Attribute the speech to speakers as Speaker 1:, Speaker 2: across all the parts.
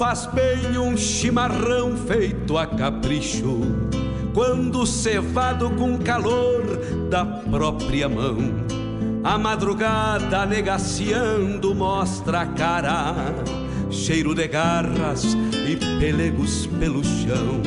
Speaker 1: faz bem um chimarrão feito a capricho, quando cevado com calor da própria mão. A madrugada negaciando mostra a cara, cheiro de garras e pelegos pelo chão.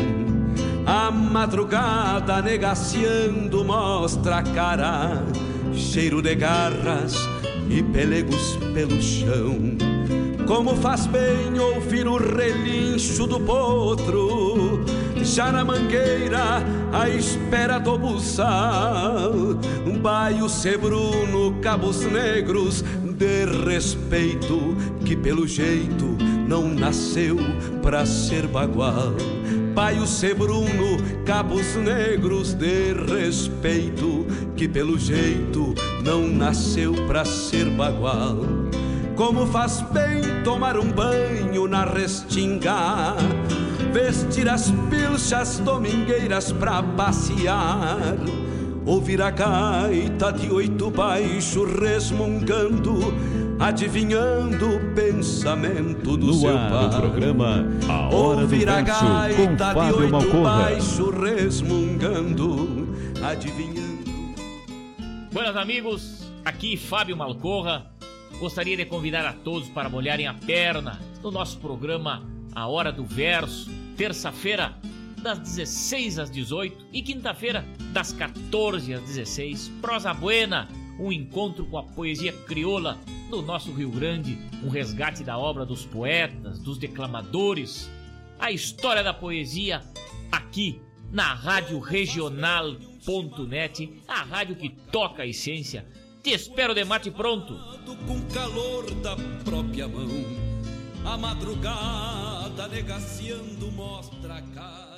Speaker 1: A madrugada negaciando mostra a cara, cheiro de garras e pelegos pelo chão. Como faz bem ouvir o relincho do potro, já na mangueira à espera do buçal. Baio sebruno, cabos negros de respeito, que pelo jeito não nasceu pra ser bagual. Baio sebruno, cabos negros de respeito, que pelo jeito não nasceu pra ser bagual. Como faz bem tomar um banho na restinga, vestir as pilchas domingueiras pra passear, ouvir a gaita de 8 baixo resmungando, adivinhando o pensamento do seu pai.
Speaker 2: No programa A Hora
Speaker 1: ouvir
Speaker 2: do
Speaker 1: a
Speaker 2: Verso,
Speaker 1: gaita
Speaker 2: com
Speaker 1: de
Speaker 2: Fábio
Speaker 1: 8
Speaker 2: Malcorra.
Speaker 1: baixo resmungando, adivinhando.
Speaker 3: Buenas amigos, aqui Fábio Malcorra. Gostaria de convidar a todos para molharem a perna no nosso programa A Hora do Verso, terça-feira das 16 às 18 e quinta-feira das 14 às 16. Prosa Buena, um encontro com a poesia crioula do nosso Rio Grande, um resgate da obra dos poetas, dos declamadores, a história da poesia aqui na Rádio Regional.net, a rádio que toca a essência. Te espero de mate pronto.
Speaker 1: Com calor da própria mão, a madrugada negaciando mostra a cara.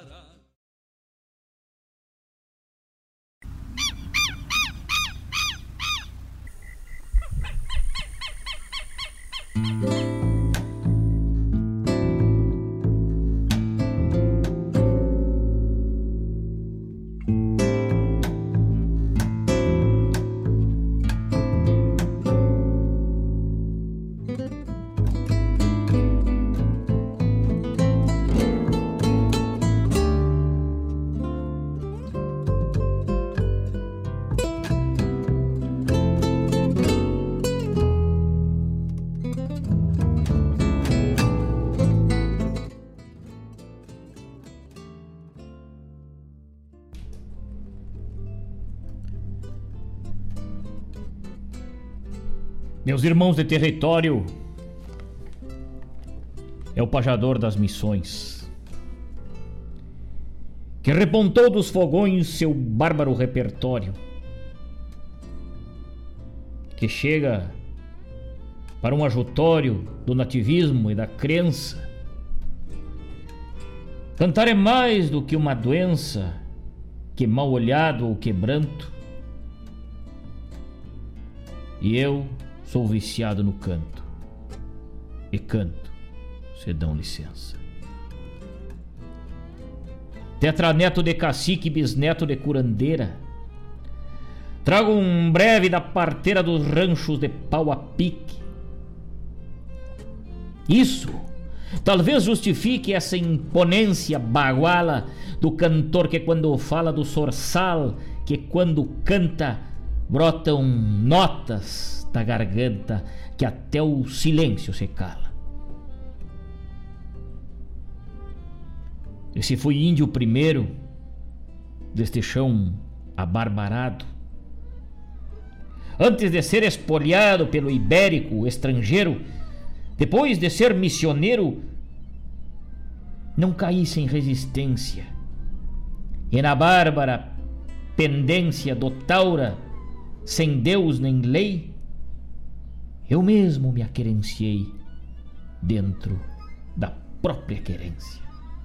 Speaker 3: Meus irmãos de território, é o pajador das missões, que repontou dos fogões seu bárbaro repertório, que chega para um ajutório do nativismo e da crença. Cantar é mais do que uma doença, que mal olhado ou quebranto, e eu sou viciado no canto, e canto, se dão licença. Tetraneto de cacique, bisneto de curandeira, trago um breve da parteira dos ranchos de pau a pique. Isso talvez justifique essa imponência baguala do cantor que quando fala do sorçal, que quando canta brotam notas da garganta que até o silêncio se cala. Esse foi índio primeiro deste chão abarbarado, antes de ser espolhado pelo ibérico estrangeiro, depois de ser missioneiro, não caí sem resistência, e na bárbara pendência do taura, sem Deus nem lei, eu mesmo me aquerenciei dentro da própria querência.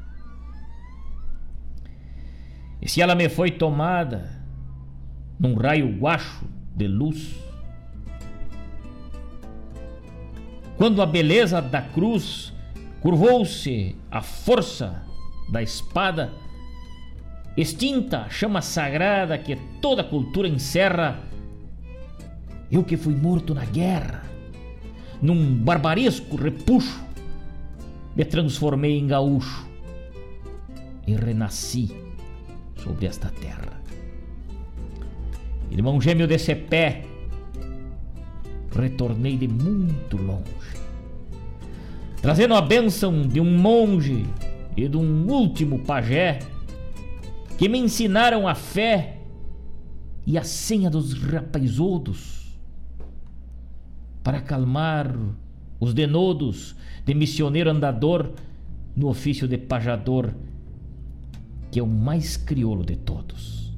Speaker 3: E se ela me foi tomada num raio guacho de luz, quando a beleza da cruz curvou-se à força da espada, extinta a chama sagrada que toda cultura encerra, eu que fui morto na guerra, num barbaresco repuxo, me transformei em gaúcho e renasci sobre esta terra. Irmão gêmeo desse pé, retornei de muito longe, trazendo a bênção de um monge e de um último pajé que me ensinaram a fé e a senha dos rapaizudos para acalmar os denodos de missioneiro andador no ofício de pajador, que é o mais crioulo de todos.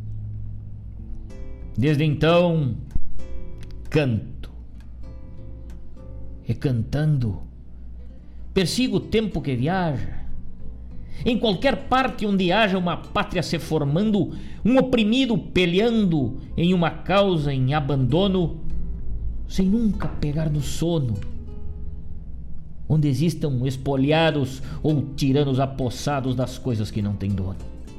Speaker 3: Desde então, canto. E cantando, persigo o tempo que viaja. Em qualquer parte onde haja uma pátria se formando, um oprimido peleando em uma causa em abandono, sem nunca pegar no sono, onde existam espoliados ou tiranos apossados das coisas que não têm dono.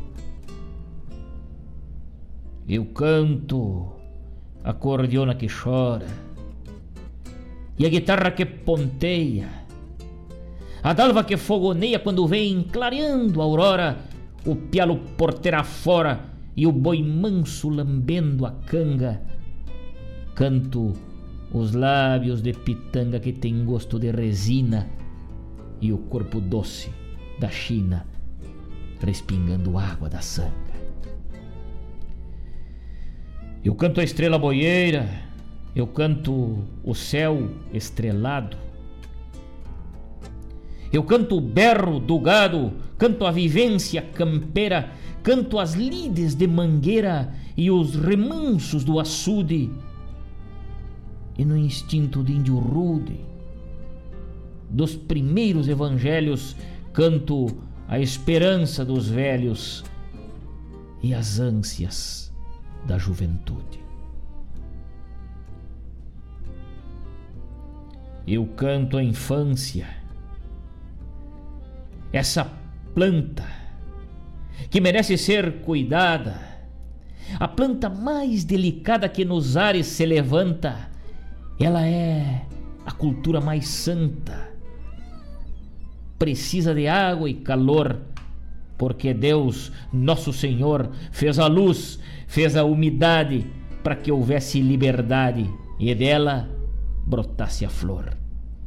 Speaker 3: Eu canto a cordiona que chora e a guitarra que ponteia, a dalva que fogoneia quando vem clareando a aurora, o pialo porteira fora e o boi manso lambendo a canga. Canto os lábios de pitanga que tem gosto de resina e o corpo doce da China respingando água da sanga. Eu canto a estrela boieira, eu canto o céu estrelado, eu canto o berro do gado, canto a vivência campeira, canto as lides de mangueira e os remansos do açude. E no instinto de índio rude dos primeiros evangelhos, canto a esperança dos velhos e as ânsias da juventude. Eu canto a infância, essa planta que merece ser cuidada, a planta mais delicada que nos ares se levanta. Ela é a cultura mais santa, precisa de água e calor, porque Deus, nosso Senhor, fez a luz, fez a umidade para que houvesse liberdade e dela brotasse a flor.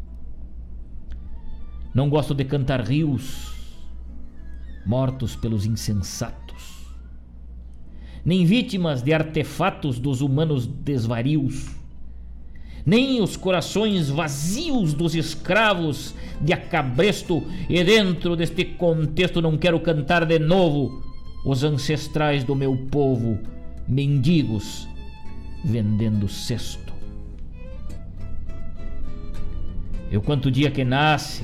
Speaker 3: Não gosto de cantar rios mortos pelos insensatos, nem vítimas de artefatos dos humanos desvarios, nem os corações vazios dos escravos de acabresto, e dentro deste contexto não quero cantar de novo os ancestrais do meu povo, mendigos vendendo cesto. Eu canto o dia que nasce,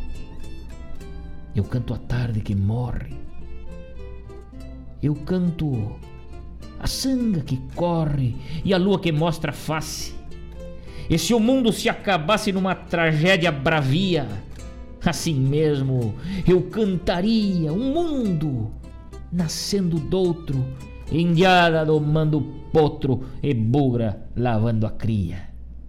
Speaker 3: eu canto a tarde que morre, eu canto a sanga que corre e a lua que mostra a face. E se o mundo se acabasse numa tragédia bravia, assim mesmo eu cantaria um mundo nascendo doutro, indiada domando potro e bugra lavando a cria.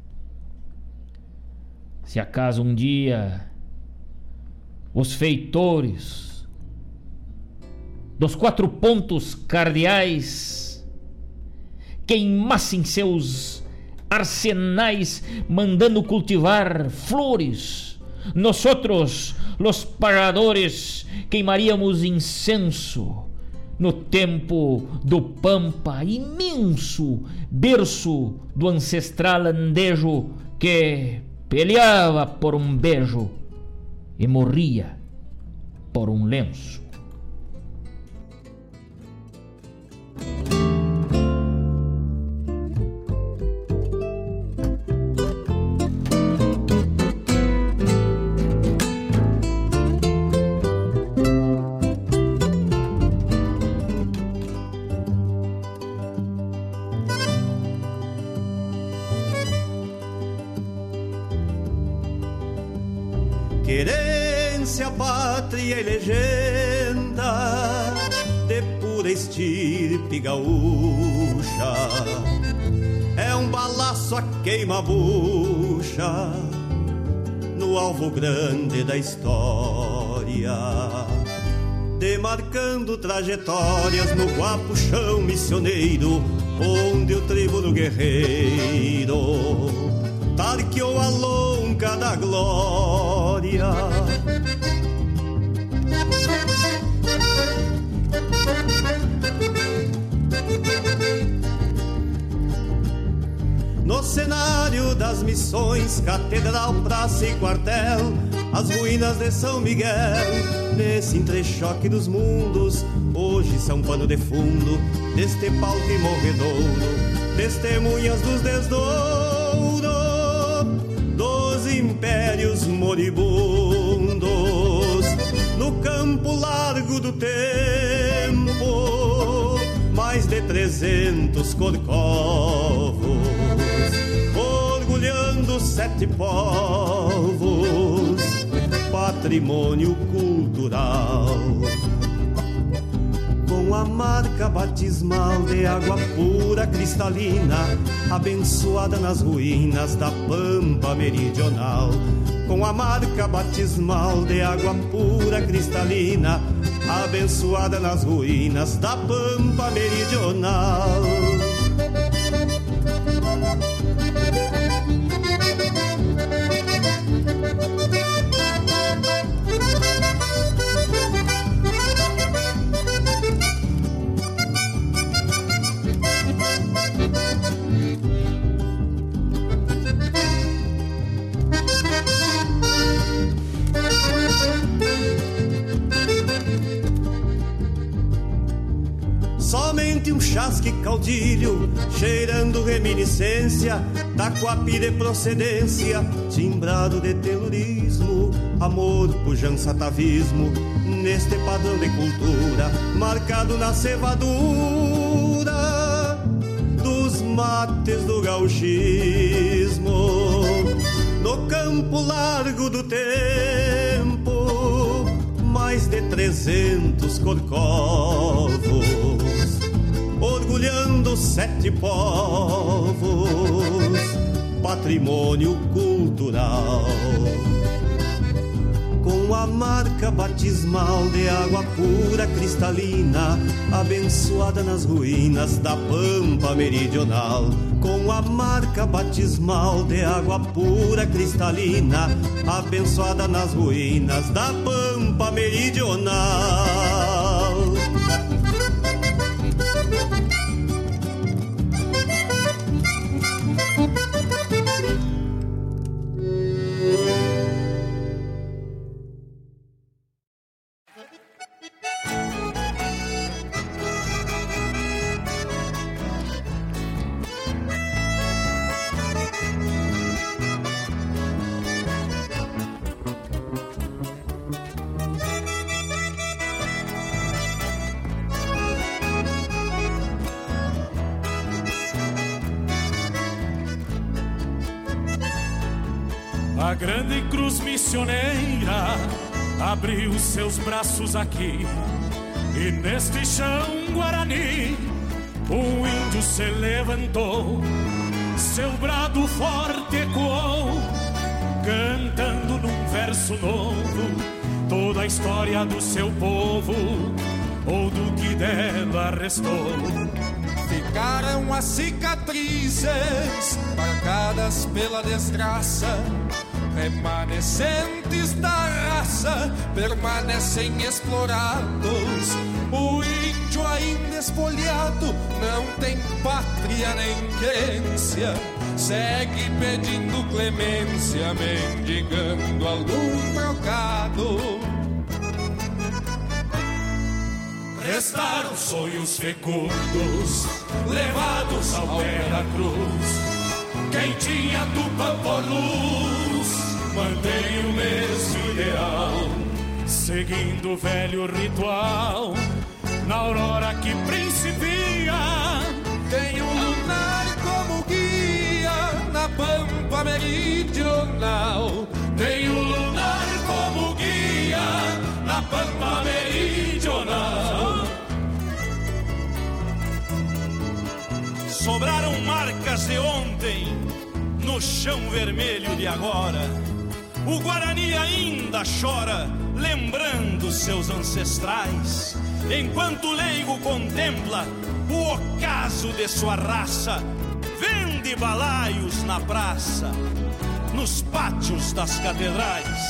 Speaker 3: Se acaso um dia os feitores dos 4 pontos cardeais queimassem seus arsenais mandando cultivar flores, nosotros, los pajadores, queimaríamos incenso no tempo do Pampa, imenso berço do ancestral andejo que peleava por um beijo e morria por um lenço.
Speaker 1: Querência, pátria e legenda de pura estirpe gaúcha, é um balaço a queima-bucha no no alvo grande da história, demarcando trajetórias no guapo chão missioneiro, onde o tribuno guerreiro tarqueou a longa da glória. No cenário das missões, catedral, praça e quartel, as ruínas de São Miguel, nesse entrechoque dos mundos, hoje são pano de fundo deste palco e morredouro, testemunhas dos desdouros dos impérios moribundos. No campo largo do tempo, mais de 300 corcovos, orgulhando 7 povos, patrimônio cultural. Com a marca batismal de água pura cristalina, abençoada nas ruínas da pampa meridional. Com a marca batismal de água pura cristalina, abençoada nas ruínas da pampa meridional. Somente um chasque caudilho, cheirando reminiscência, taquapi de procedência, timbrado de telurismo, amor, pujança, atavismo, neste padrão de cultura, marcado na cevadura dos mates do gauchismo. No campo largo do tempo, mais de 300 corcovos, orgulhando 7 povos, patrimônio cultural. Com a marca batismal de água pura cristalina, abençoada nas ruínas da pampa meridional. Com a marca batismal de água pura cristalina, abençoada nas ruínas da pampa meridional.
Speaker 4: A grande cruz missioneira abriu seus braços aqui, e neste chão guarani um índio se levantou, seu brado forte ecoou, cantando num verso novo toda a história do seu povo, ou do que dela restou.
Speaker 5: Ficaram as cicatrizes marcadas pela desgraça, remanescentes da raça permanecem explorados. O índio ainda espoliado não tem pátria nem querência, segue pedindo clemência, mendigando algum trocado.
Speaker 4: Restaram sonhos fecundos, levados ao pé da cruz. Quem tinha tupa por luz, mantém o mesmo ideal, seguindo o velho ritual. Na aurora que principia,
Speaker 5: tem um lunar como guia na pampa meridional.
Speaker 4: Tem um lunar como guia na pampa meridional.
Speaker 6: Sobraram marcas de ontem no chão vermelho de agora.
Speaker 4: o Guarani ainda chora, lembrando seus ancestrais. Enquanto o leigo contempla o ocaso de sua raça, vende balaios na praça, nos pátios das catedrais.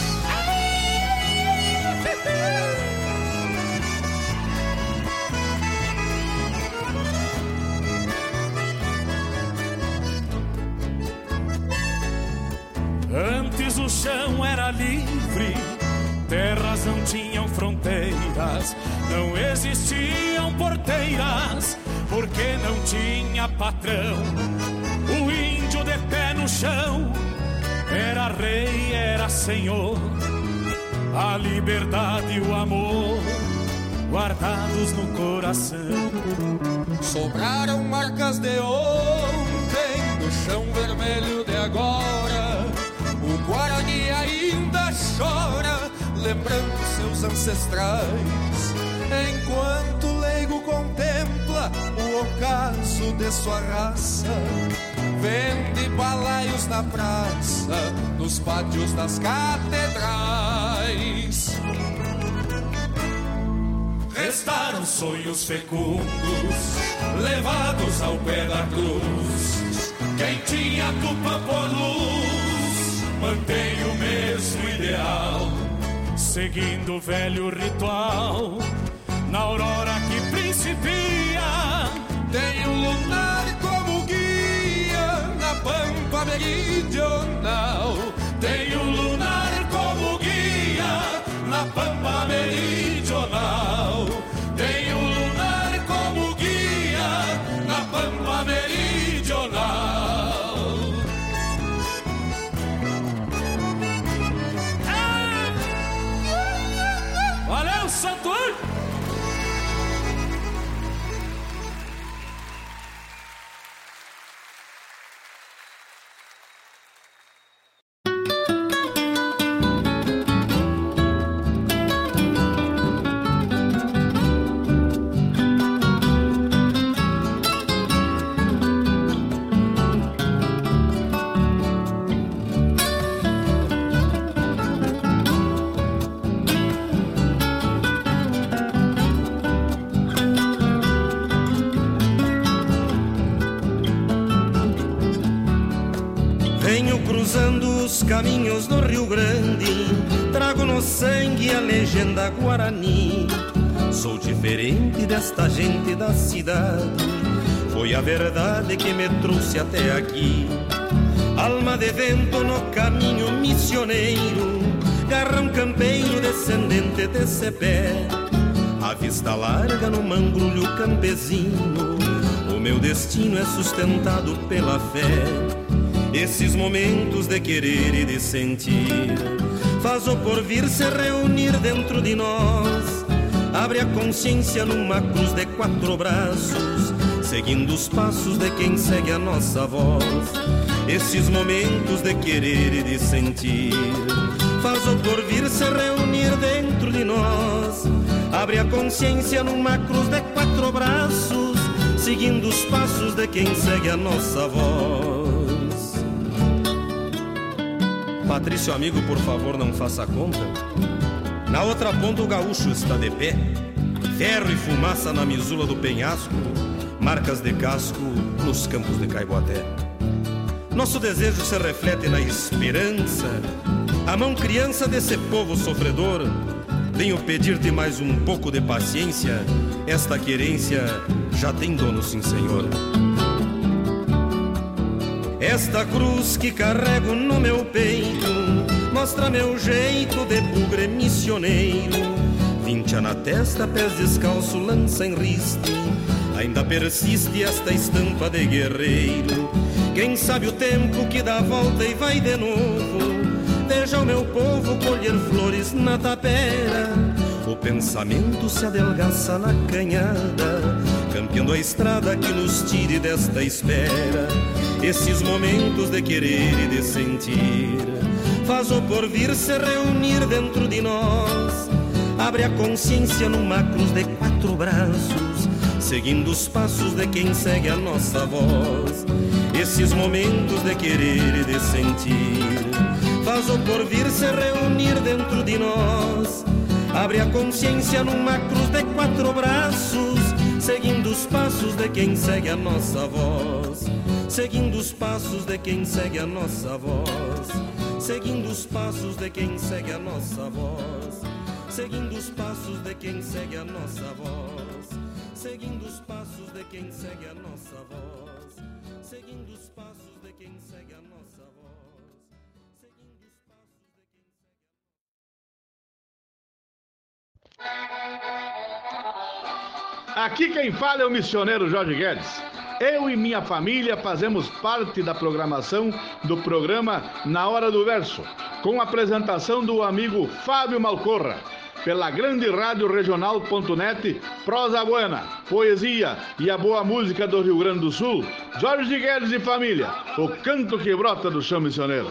Speaker 4: Antes o chão era livre, terras não tinham fronteiras, não existiam porteiras, porque não tinha patrão. O índio de pé no chão era rei, era senhor. A liberdade e o amor guardados no coração.
Speaker 5: Sobraram marcas de ontem no chão vermelho de agora. O Guarani ainda chora, lembrando seus ancestrais. Enquanto o leigo contempla o ocaso de sua raça, vende balaios na praça, nos pátios das catedrais.
Speaker 4: Restaram sonhos fecundos, levados ao pé da cruz. Quem tinha tupa por luz, mantém o mesmo ideal, seguindo o velho ritual. Na aurora que principia,
Speaker 5: tem um lunar como guia na pampa meridional.
Speaker 4: tem um lunar como guia na pampa meridional. Tem um lunar como guia na pampa meridional. Valeu, Santo Anjo!
Speaker 1: Caminhos do Rio Grande, trago no sangue a legenda guarani. Sou diferente desta gente da cidade, foi a verdade que me trouxe até aqui. Alma de vento no caminho missioneiro, garrão campeiro descendente de cepé. A vista larga no mangrulho campesino, o meu destino é sustentado pela fé. Esses momentos de querer e de sentir faz o porvir se reunir dentro de nós. Abre a consciência numa cruz de quatro braços, seguindo os passos de quem segue a nossa voz. Esses momentos de querer e de sentir faz o porvir se reunir dentro de nós. Abre a consciência numa cruz de quatro braços, seguindo os passos de quem segue a nossa voz. Patrício, amigo, por favor, não faça conta. Na outra ponta o gaúcho está de pé, ferro e fumaça na misula do penhasco, marcas de casco nos campos de Caiboaté. Nosso desejo se reflete na esperança, a mão criança desse povo sofredor. Venho pedir-te mais um pouco de paciência, esta querência já tem dono, sim, senhor. Esta cruz que carrego no meu peito mostra meu jeito de bugre missioneiro. Vincha na testa, pés descalço, lança em riste, ainda persiste esta estampa de guerreiro. Quem sabe o tempo que dá a volta e vai de novo, veja o meu povo colher flores na tapera. O pensamento se adelgaça na canhada, campeando a estrada que nos tire desta espera. Esses momentos de querer e de sentir faz o porvir se reunir dentro de nós. Abre a consciência numa cruz de quatro braços, seguindo os passos de quem segue a nossa voz. Esses momentos de querer e de sentir
Speaker 6: faz o porvir se reunir dentro de nós. Abre a consciência numa cruz de 4 braços, seguindo os passos de quem segue a nossa voz. Seguindo os passos de quem segue a nossa voz. Seguindo os passos de quem segue a nossa voz. Seguindo os passos de quem segue a nossa voz. Seguindo os passos de quem segue a nossa voz. Seguindo os passos de quem segue a nossa voz. Seguindo os passos de quem segue.
Speaker 7: Aqui quem fala é o missioneiro Jorge Guedes. Eu e minha família fazemos parte da programação do programa Na Hora do Verso, com a apresentação do amigo Fábio Malcorra, pela grande rádio regional.net, prosa buena, poesia e a boa música do Rio Grande do Sul. Jorge Guedes e família, o canto que brota do chão missioneiro.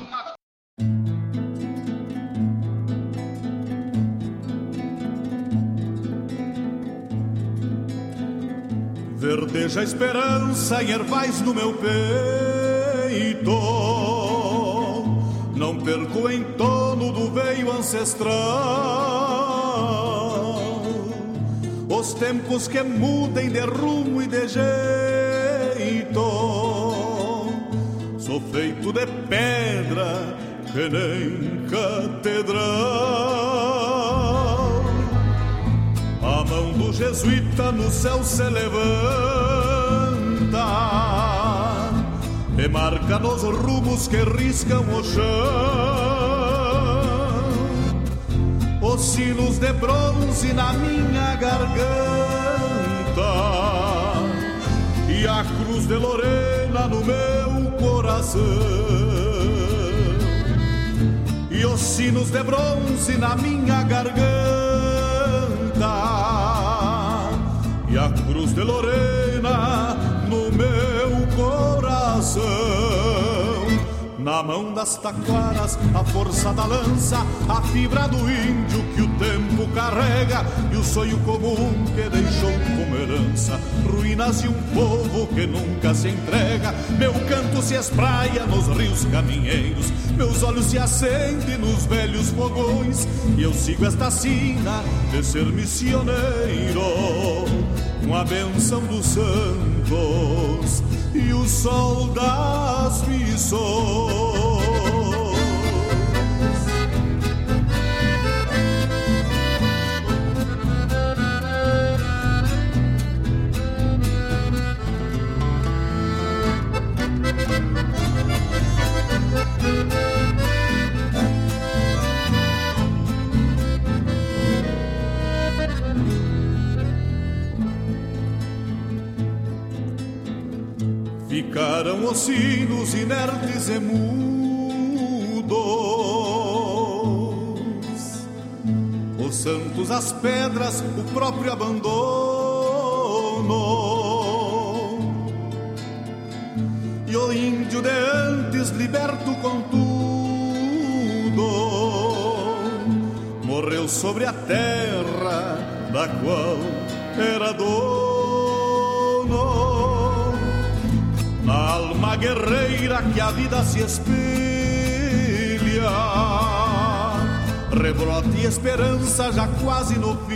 Speaker 1: Verdeja a esperança em ervais no meu peito, não perco o entono do veio ancestral. Os tempos que mudem de rumo e de jeito, sou feito de pedra que nem catedral. A mão do jesuíta no céu se levanta e marca nos rumos que riscam o chão os sinos de bronze na minha garganta e a cruz de Lorena no meu coração. E os sinos de bronze na minha garganta e a cruz de Lorena no meu coração. Na mão das taquaras, a força da lança, a fibra do índio que o tempo carrega e o sonho comum que deixou como herança, ruínas e um povo que nunca se entrega. Meu canto se espraia nos rios caminheiros, meus olhos se acendem nos velhos fogões e eu sigo esta sina de ser missioneiro, com a benção dos santos e o sol das missões. Ficaram os sinos inertes e mudos, os santos, as pedras, o próprio abandono, e o índio de antes liberto com tudo morreu sobre a terra da qual era dono. Na alma guerreira que a vida se espelha, rebrote e esperança já quase no fim,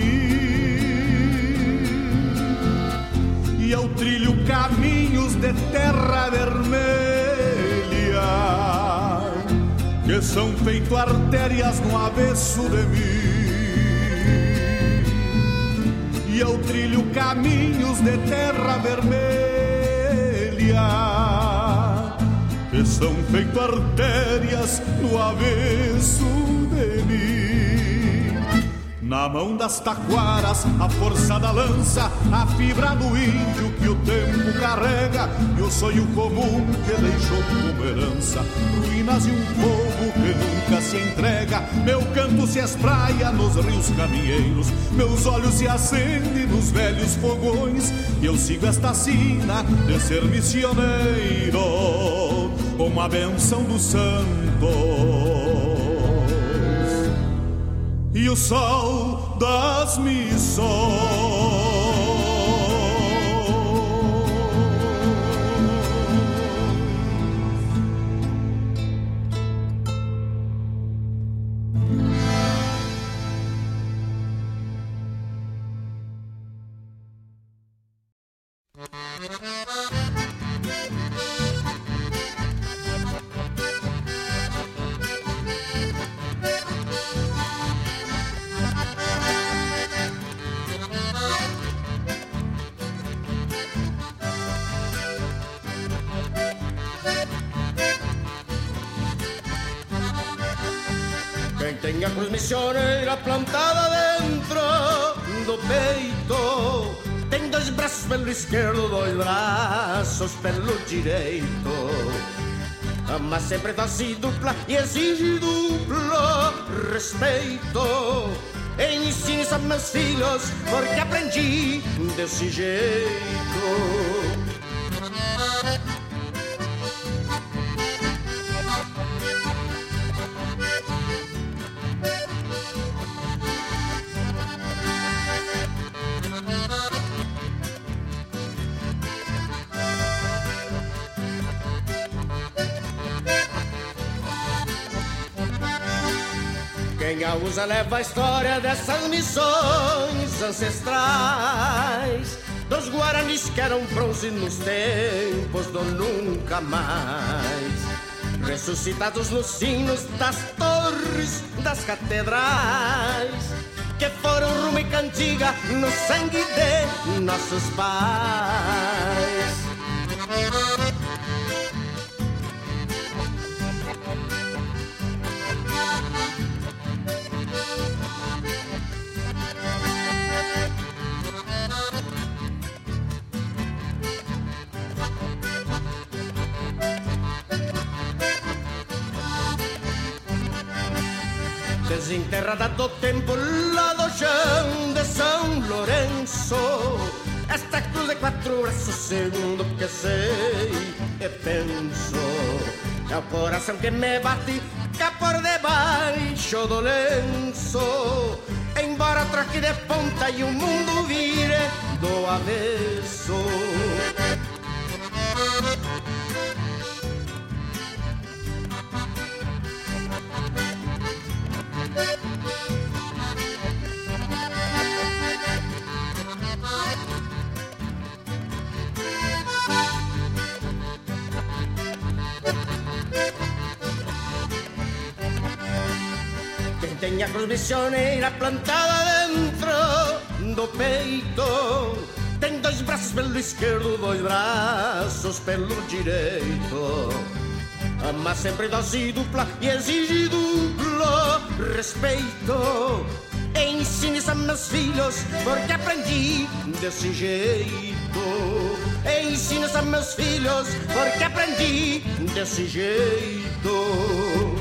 Speaker 1: e eu trilho caminhos de terra vermelha que são feito artérias no avesso de mim. E eu trilho caminhos de terra vermelha que são feito artérias no avesso de mim. Na mão das taquaras, a força da lança, a fibra do índio que o tempo carrega e o sonho comum que deixou como herança, ruínas e um povo que nunca se entrega. Meu canto se espraia nos rios caminheiros, meus olhos se acendem nos velhos fogões e eu sigo esta sina de ser missioneiro, com a benção dos santos e o sol das missões.
Speaker 8: Quem tem a cruz missioneira plantada dentro do peito tem dois braços pelo esquerdo, dois braços pelo direito. Ama sempre dose dupla e exige duplo respeito. Ensine isso a meus filhos porque aprendi desse jeito. Quem a usa leva a história dessas missões ancestrais dos guaranis que eram bronze nos tempos do nunca mais, ressuscitados nos sinos das torres das catedrais, que foram rumo e cantiga no sangue de nossos pais. Desenterrada do tempo lá do chão de São Lourenço, esta cruz de quatro braços, segundo que sei e penso, é o coração que me bate cá por debaixo do lenço, embora troque de ponta e o mundo vire do avesso. Tem a cruz missioneira plantada dentro do peito, tem dois braços pelo esquerdo, dois braços pelo direito. Ama sempre dose dupla e exige duplo respeito. Ensine isso a meus filhos porque aprendi desse jeito. Ensine isso a meus filhos porque aprendi desse jeito.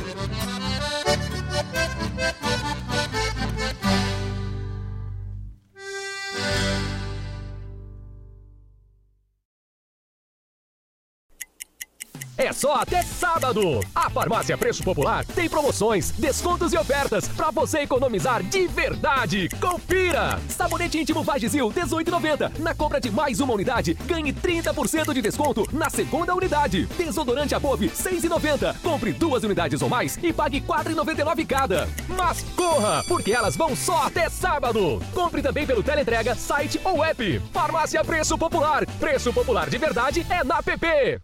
Speaker 9: É só até sábado. A Farmácia Preço Popular tem promoções, descontos e ofertas para você economizar de verdade. Confira! Sabonete íntimo Vagisil, R$18,90. Na compra de mais uma unidade, ganhe 30% de desconto na segunda unidade. Desodorante Above, R$6,90. Compre 2 unidades ou mais e pague R$4,99 cada. Mas corra, porque elas vão só até sábado. Compre também pelo teleentrega, site ou app. Farmácia Preço Popular. Preço Popular de verdade é na PP.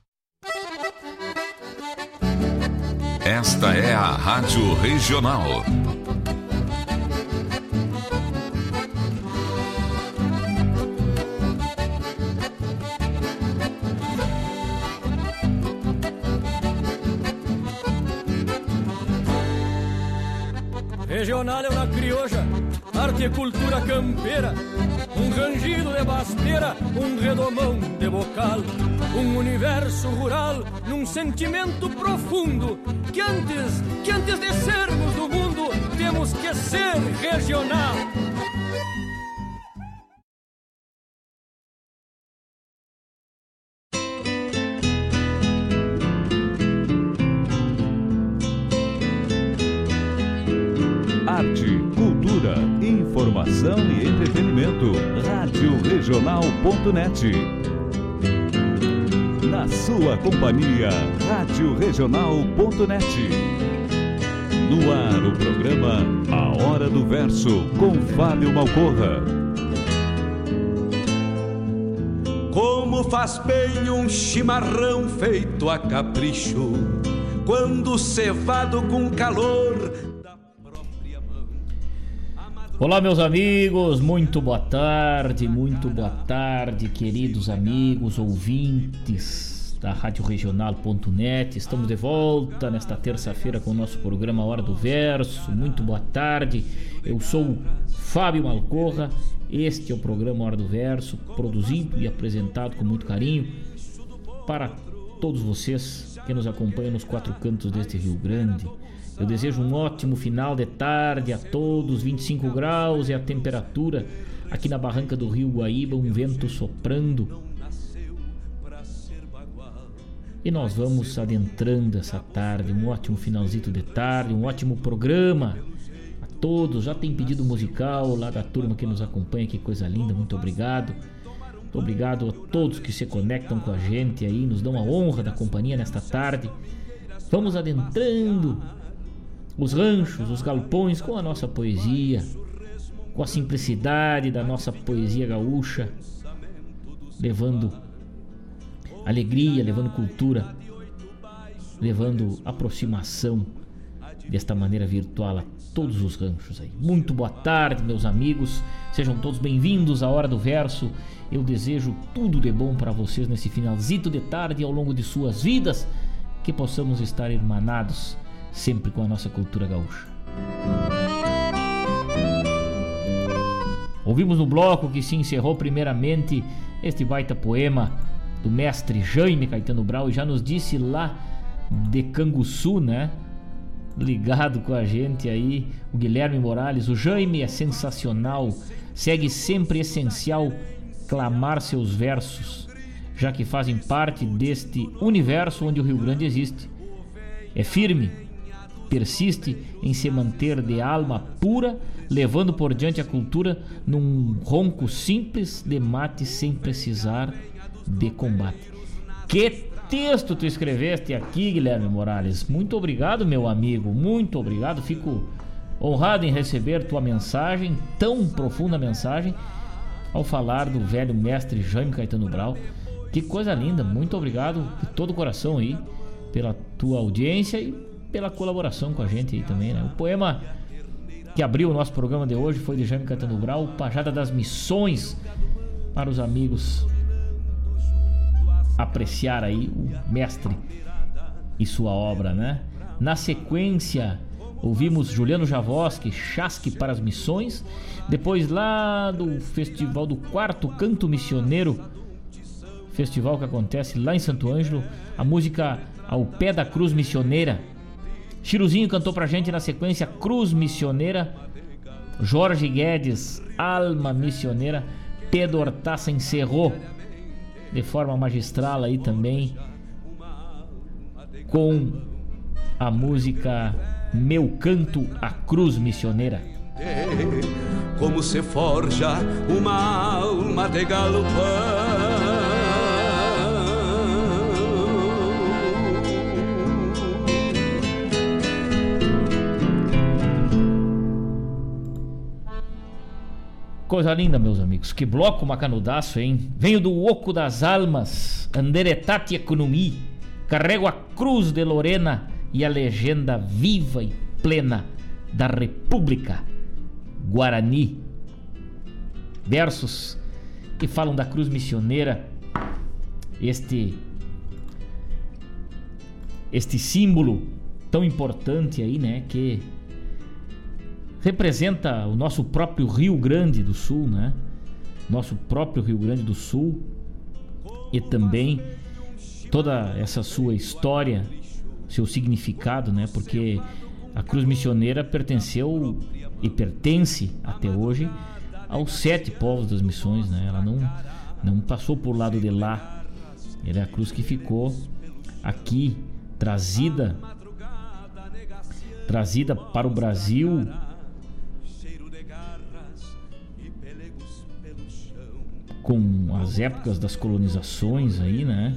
Speaker 2: Esta é a Rádio Regional.
Speaker 10: Regional é uma crioja, arte e cultura campeira, um rangido de basteira, um redomão de bocal, um universo rural num sentimento profundo, que antes de sermos do mundo, temos que ser regional.
Speaker 2: Arte, cultura, informação e entretenimento. RádioRegional.net. Na sua companhia, RádioRegional.net. No ar o programa A Hora do Verso, com Fábio Malcorra.
Speaker 1: Como
Speaker 5: Tudo faz bem um chimarrão feito a capricho, quando cevado com calor da própria mão.
Speaker 3: Olá, meus amigos, muito boa tarde, queridos amigos, ouvintes da Rádio Regional.net. Estamos de volta nesta terça-feira com o nosso programa Hora do Verso. Muito boa tarde, eu sou Fábio Malcorra. Este é o programa Hora do Verso, produzido e apresentado com muito carinho para todos vocês que nos acompanham nos quatro cantos deste Rio Grande. Eu desejo um ótimo final de tarde a todos. 25 graus é a temperatura aqui na barranca do Rio Guaíba, um vento soprando. E nós vamos adentrando essa tarde, um ótimo finalzito de tarde, um ótimo programa a todos. Já tem pedido musical lá da turma que nos acompanha, que coisa linda, muito obrigado. Muito obrigado a todos que se conectam com a gente aí, nos dão a honra da companhia nesta tarde. Vamos adentrando os ranchos, os galpões com a nossa poesia, com a simplicidade da nossa poesia gaúcha, levando alegria, levando cultura, levando aproximação desta maneira virtual a todos os ranchos aí. Muito boa tarde, meus amigos, sejam todos bem-vindos à Hora do Verso. Eu desejo tudo de bom para vocês nesse finalzito de tarde e ao longo de suas vidas, que possamos estar irmanados sempre com a nossa cultura gaúcha. Ouvimos no bloco que se encerrou primeiramente este baita poema do mestre Jaime Caetano Brau, e já nos disse lá de Canguçu, né? Ligado com a gente aí, o Guilherme Morales. O Jaime é sensacional, segue sempre essencial clamar seus versos, já que fazem parte deste universo onde o Rio Grande existe. É firme, persiste em se manter de alma pura, levando por diante a cultura num ronco simples de mate sem precisar de combate. Que texto tu escreveste aqui, Guilherme Morales. Muito obrigado, meu amigo, muito obrigado. Fico honrado em receber tua mensagem, tão profunda mensagem, ao falar do velho mestre Jaime Caetano Brau. Que coisa linda, muito obrigado de todo o coração aí pela tua audiência e pela colaboração com a gente aí também, né? O poema que abriu o nosso programa de hoje foi de Jaime Caetano Brau, Pajada das Missões, para os amigos apreciar aí o mestre e sua obra, né? Na sequência, ouvimos Juliano Javoski, Chasque para as Missões. Depois, lá do festival do Quarto Canto Missioneiro, festival que acontece lá em Santo Ângelo, a música Ao Pé da Cruz Missioneira. Chiruzinho cantou pra gente na sequência Cruz Missioneira. Jorge Guedes, Alma Missioneira. Pedro Hortaça encerrou de forma magistral aí também com a música Meu Canto à Cruz Missioneira.
Speaker 5: Como se forja uma alma de galopão.
Speaker 3: Coisa linda, meus amigos. Que bloco macanudaço, hein? Venho do Oco das Almas, Anderetate Economi. Carrego a cruz de Lorena e a legenda viva e plena da República Guarani. Versos que falam da cruz missioneira, este símbolo tão importante aí, né? Que representa o nosso próprio Rio Grande do Sul, né? Nosso próprio Rio Grande do Sul, e também toda essa sua história, seu significado, né? Porque a Cruz Missioneira pertenceu e pertence até hoje aos 7 povos das missões, né? Ela não passou por lado de lá. Ela é a cruz que ficou aqui, trazida para o Brasil com as épocas das colonizações aí, né?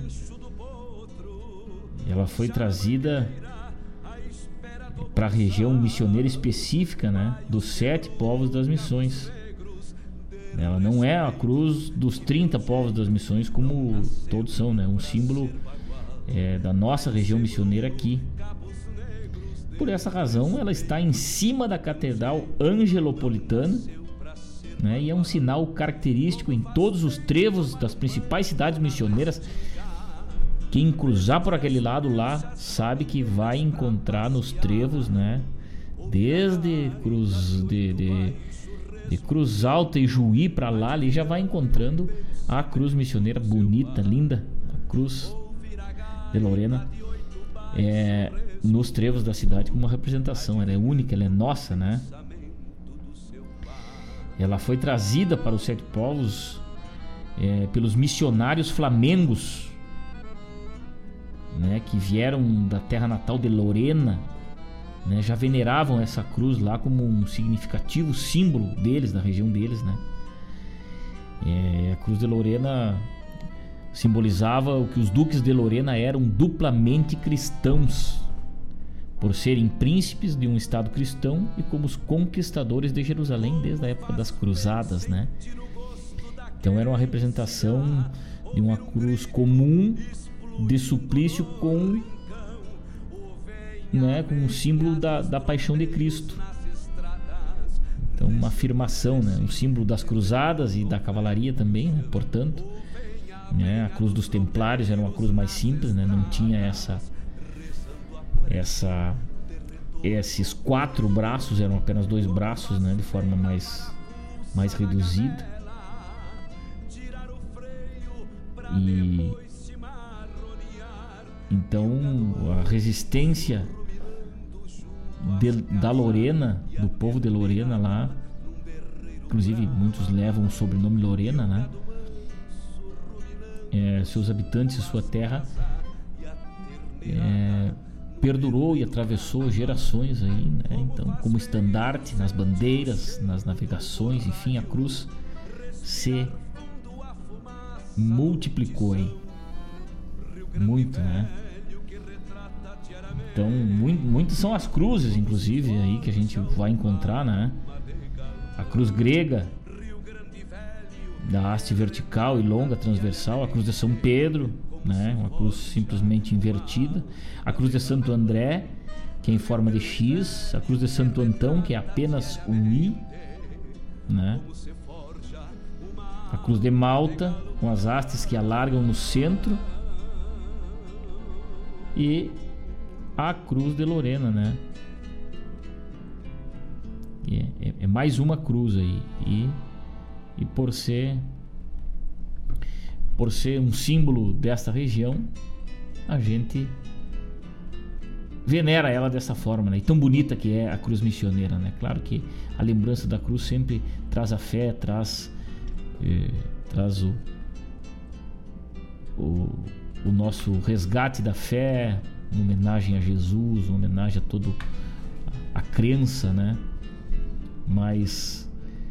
Speaker 3: Ela foi trazida para a região missioneira específica, né? Dos 7 povos das missões. Ela não é a cruz dos 30 povos das missões, como todos são, né? Um símbolo da nossa região missioneira aqui. Por essa razão, ela está em cima da Catedral Angelopolitana, né? E é um sinal característico em todos os trevos das principais cidades missioneiras. Quem cruzar por aquele lado lá sabe que vai encontrar nos trevos, né? Desde de Cruz Alta e Juí para lá, ali já vai encontrando a cruz missioneira bonita, linda, a cruz de Lorena, nos trevos da cidade, como uma representação. Ela é única, ela é nossa, né? Ela foi trazida para os 7 povos pelos missionários flamengos, né, que vieram da terra natal de Lorena, né, já veneravam essa cruz lá como um significativo símbolo deles, da região deles, né? A cruz de Lorena simbolizava o que os duques de Lorena eram duplamente cristãos, por serem príncipes de um estado cristão e como os conquistadores de Jerusalém desde a época das cruzadas, né? Então era uma representação de uma cruz comum de suplício com um símbolo da paixão de Cristo. Então uma afirmação, né? Um símbolo das cruzadas e da cavalaria também, né? Portanto, né? A cruz dos templários era uma cruz mais simples, né? Não tinha esses 4 braços, eram apenas 2 braços, né? De forma mais reduzida. E então a resistência da Lorena, do povo de Lorena lá, inclusive muitos levam o sobrenome Lorena, né? Seus habitantes e sua terra perdurou e atravessou gerações aí, né? Então, como estandarte nas bandeiras, nas navegações, enfim, a cruz se multiplicou aí muito, né? Então, muitas são as cruzes, inclusive, aí que a gente vai encontrar, né? A cruz grega, da haste vertical e longa transversal, a cruz de São Pedro, né? Uma cruz simplesmente invertida, a cruz de Santo André, que é em forma de X, a cruz de Santo Antão, que é apenas um I, né? A cruz de Malta, com as hastes que alargam no centro, e a cruz de Lorena, né? É mais uma cruz aí, e por ser um símbolo desta região, a gente venera ela dessa forma, né? E tão bonita que é a cruz missioneira, né? Claro que a lembrança da cruz sempre traz a fé, traz o nosso resgate da fé, uma homenagem a Jesus, uma homenagem a toda a crença, né? Mas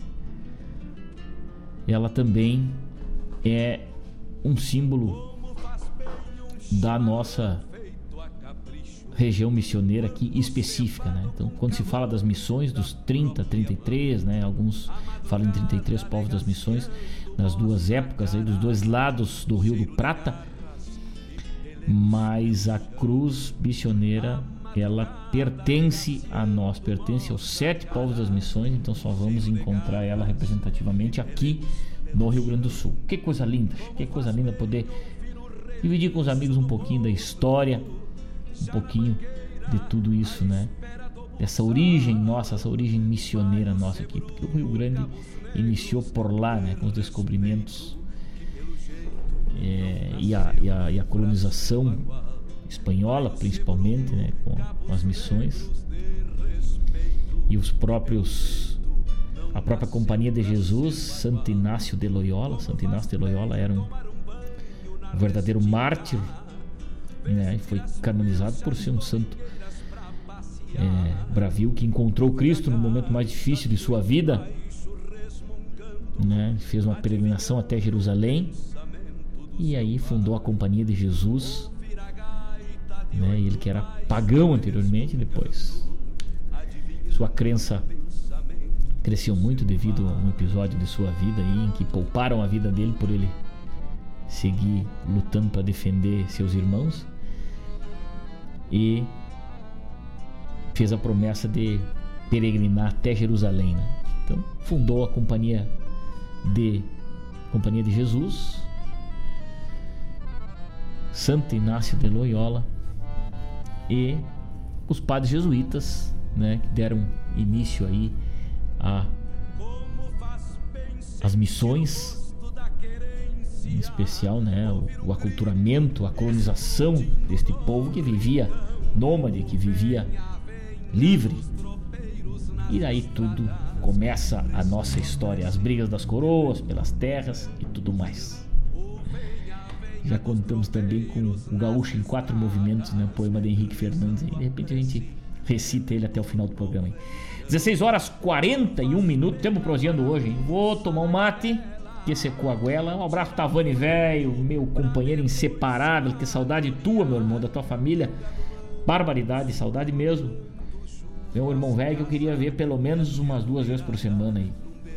Speaker 3: ela também é um símbolo da nossa região missioneira aqui específica, né? Então, quando se fala das missões, dos 33, né? Alguns falam em 33 povos das missões, nas duas épocas, aí, dos dois lados do Rio do Prata, mas a cruz missioneira, ela pertence a nós, pertence aos 7 povos das missões, então só vamos encontrar ela representativamente aqui no Rio Grande do Sul. Que coisa linda poder dividir com os amigos um pouquinho da história, um pouquinho de tudo isso, né? Dessa origem nossa, essa origem missioneira nossa aqui, porque o Rio Grande iniciou por lá, né? Com os descobrimentos e a colonização espanhola, principalmente, né? Com as missões e a própria Companhia de Jesus, Santo Inácio de Loyola. Santo Inácio de Loyola era um verdadeiro mártir, né? E foi canonizado por ser um santo bravio que encontrou Cristo no momento mais difícil de sua vida, né? Fez uma peregrinação até Jerusalém e aí fundou a Companhia de Jesus, né? Ele que era pagão anteriormente, depois sua crença cresceu muito devido a um episódio de sua vida aí, em que pouparam a vida dele por ele seguir lutando para defender seus irmãos, e fez a promessa de peregrinar até Jerusalém, né? Então fundou a Companhia de Jesus, Santo Inácio de Loyola, e os padres jesuítas, né, que deram início aí às missões, em especial, né, o aculturamento, a colonização deste povo que vivia nômade, que vivia livre. E aí tudo começa a nossa história, as brigas das coroas pelas terras e tudo mais. Já contamos também com o Gaúcho em 4 movimentos, né, o poema de Henrique Fernandes, e de repente a gente recita ele até o final do programa, hein? 16 horas 41 minutos, estamos prosseando hoje, hein? Vou tomar um mate, que secou a goela. Um abraço, Tavani velho, meu companheiro inseparável, que saudade tua, meu irmão, da tua família. Barbaridade, saudade mesmo. Meu irmão velho, que eu queria ver pelo menos umas 2 vezes por semana aí,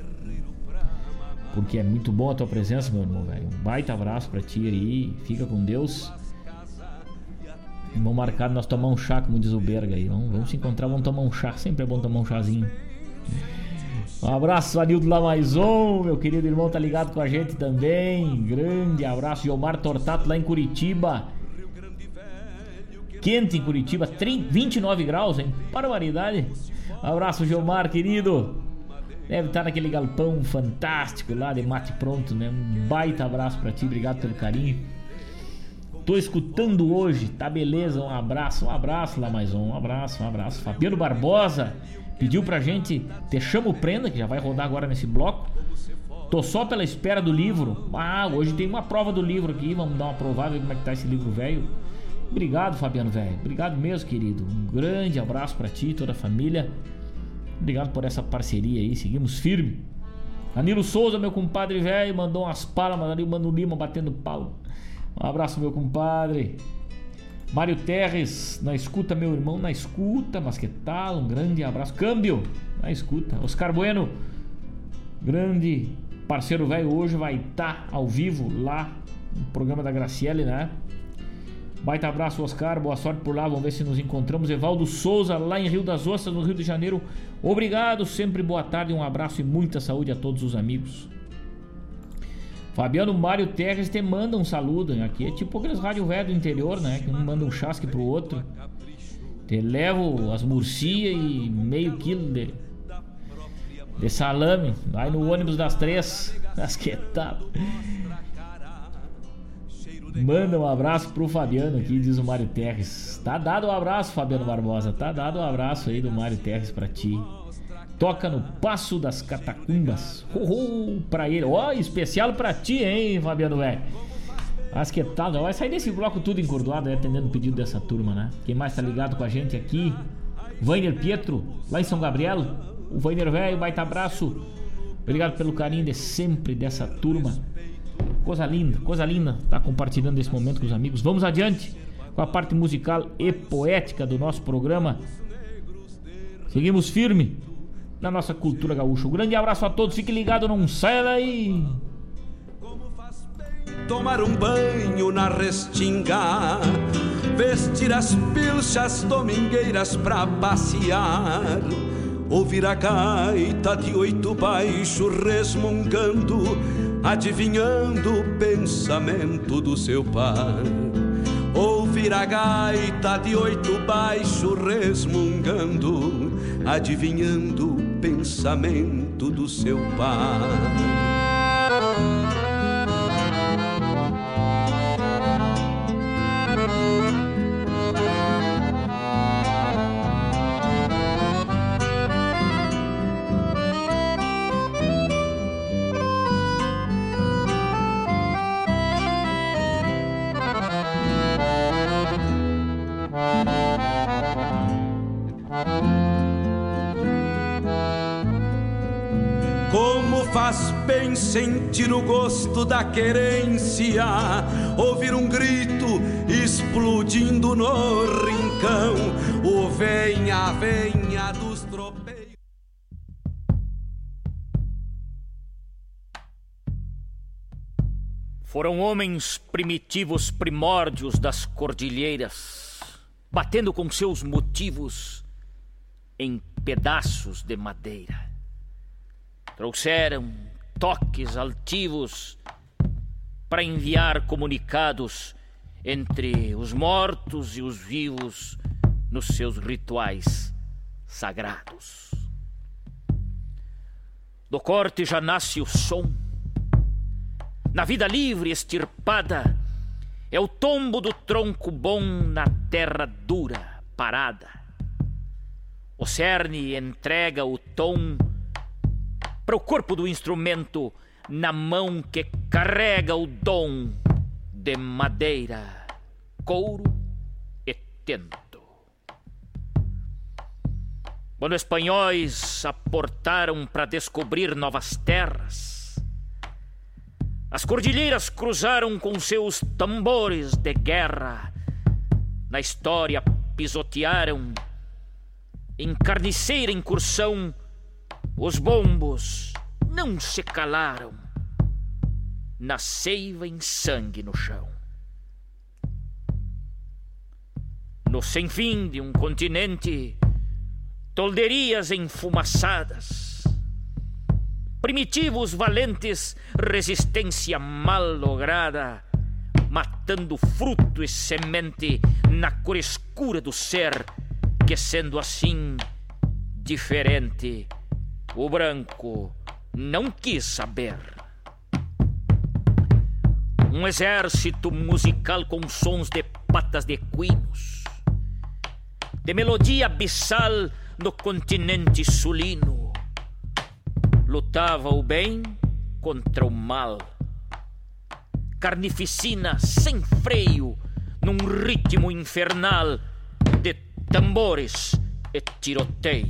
Speaker 3: porque é muito bom a tua presença, meu irmão velho. Um baita abraço pra ti aí, fica com Deus. Vamos marcar, nós tomar um chá, como diz o Berga aí. Vamos se encontrar, vamos tomar um chá. Sempre é bom tomar um chazinho. Um abraço, Anildo Lamaison, meu querido irmão, tá ligado com a gente também. Grande abraço, Gilmar Tortato lá em Curitiba. Quente em Curitiba, 29 graus, hein? Barbaridade. Um abraço, Gilmar, querido. Deve estar naquele galpão fantástico lá de mate pronto, né? Um baita abraço pra ti, obrigado pelo carinho. Tô escutando hoje, tá beleza? Um abraço, Lamaison, um abraço. Fabiano Barbosa pediu pra gente Te Chamo Prenda, que já vai rodar agora nesse bloco. Tô só pela espera do livro. Hoje tem uma prova do livro aqui, vamos dar uma provada, ver como é que tá esse livro velho. Obrigado, Fabiano velho, obrigado mesmo, querido. Um grande abraço pra ti e toda a família. Obrigado por essa parceria aí, seguimos firme. Danilo Souza, meu compadre velho, mandou umas palmas ali, o Mano Lima batendo pau. Um abraço, meu compadre. Mário Terres, na escuta, meu irmão, na escuta, mas que tal? Um grande abraço. Câmbio, na escuta. Oscar Bueno, grande parceiro velho, hoje vai estar ao vivo lá no programa da Graciele, né? Baita abraço, Oscar, boa sorte por lá, vamos ver se nos encontramos. Evaldo Souza, lá em Rio das Ostras, no Rio de Janeiro, obrigado, sempre boa tarde, um abraço e muita saúde a todos os amigos. Fabiano Mário Terres te manda um saludo, né? Aqui é tipo aqueles rádio velho do interior, né, que um manda um chasque pro outro. Te levo as murcias e meio quilo de salame, vai no ônibus das 3, mas que tal? Manda um abraço pro Fabiano aqui, diz o Mário Terres. Tá dado um abraço, Fabiano Barbosa. Tá dado um abraço aí do Mário Terres pra ti. Toca no Passo das Catacumbas. Pra ele. Especial pra ti, hein, Fabiano, velho. Mas que tal? Vai sair desse bloco tudo encurdoado, atendendo o pedido dessa turma, né? Quem mais tá ligado com a gente aqui? Vainer Pietro, lá em São Gabriel. O Vainer velho, baita abraço. Obrigado pelo carinho de sempre dessa turma. Coisa linda, tá compartilhando esse momento com os amigos. Vamos adiante com a parte musical e poética do nosso programa. Seguimos firme na nossa cultura gaúcha. Um grande abraço a todos, fique ligado, não saia daí.
Speaker 5: Tomar um banho na restinga, vestir as pilchas domingueiras pra passear, ouvir a gaita de 8 baixo resmungando, adivinhando o pensamento do seu par. Ouvir a gaita de 8 baixo resmungando, adivinhando o pensamento do seu par. Faz bem sentir o gosto da querência, ouvir um grito explodindo no rincão, o venha, venha dos tropeiros.
Speaker 3: Foram homens primitivos primórdios das cordilheiras, batendo com seus motivos em pedaços de madeira. Trouxeram toques altivos para enviar comunicados entre os mortos e os vivos nos seus rituais sagrados. Do corte já nasce o som. Na vida livre extirpada é o tombo do tronco bom na terra dura, parada. O cerne entrega o tom para o corpo do instrumento na mão que carrega o dom de madeira, couro e tento. Quando espanhóis aportaram para descobrir novas terras, as cordilheiras cruzaram com seus tambores de guerra. Na história pisotearam, em carniceira incursão, os bombos não se calaram, na seiva em sangue no chão. No sem fim de um continente, tolderias enfumaçadas, primitivos valentes, resistência mal lograda, matando fruto e semente na cor escura do ser, que sendo assim diferente, o branco não quis saber. Um exército musical com sons de patas de equinos, de melodia abissal no continente sulino, lutava o bem contra o mal, carnificina sem freio, num ritmo infernal de tambores e tiroteio.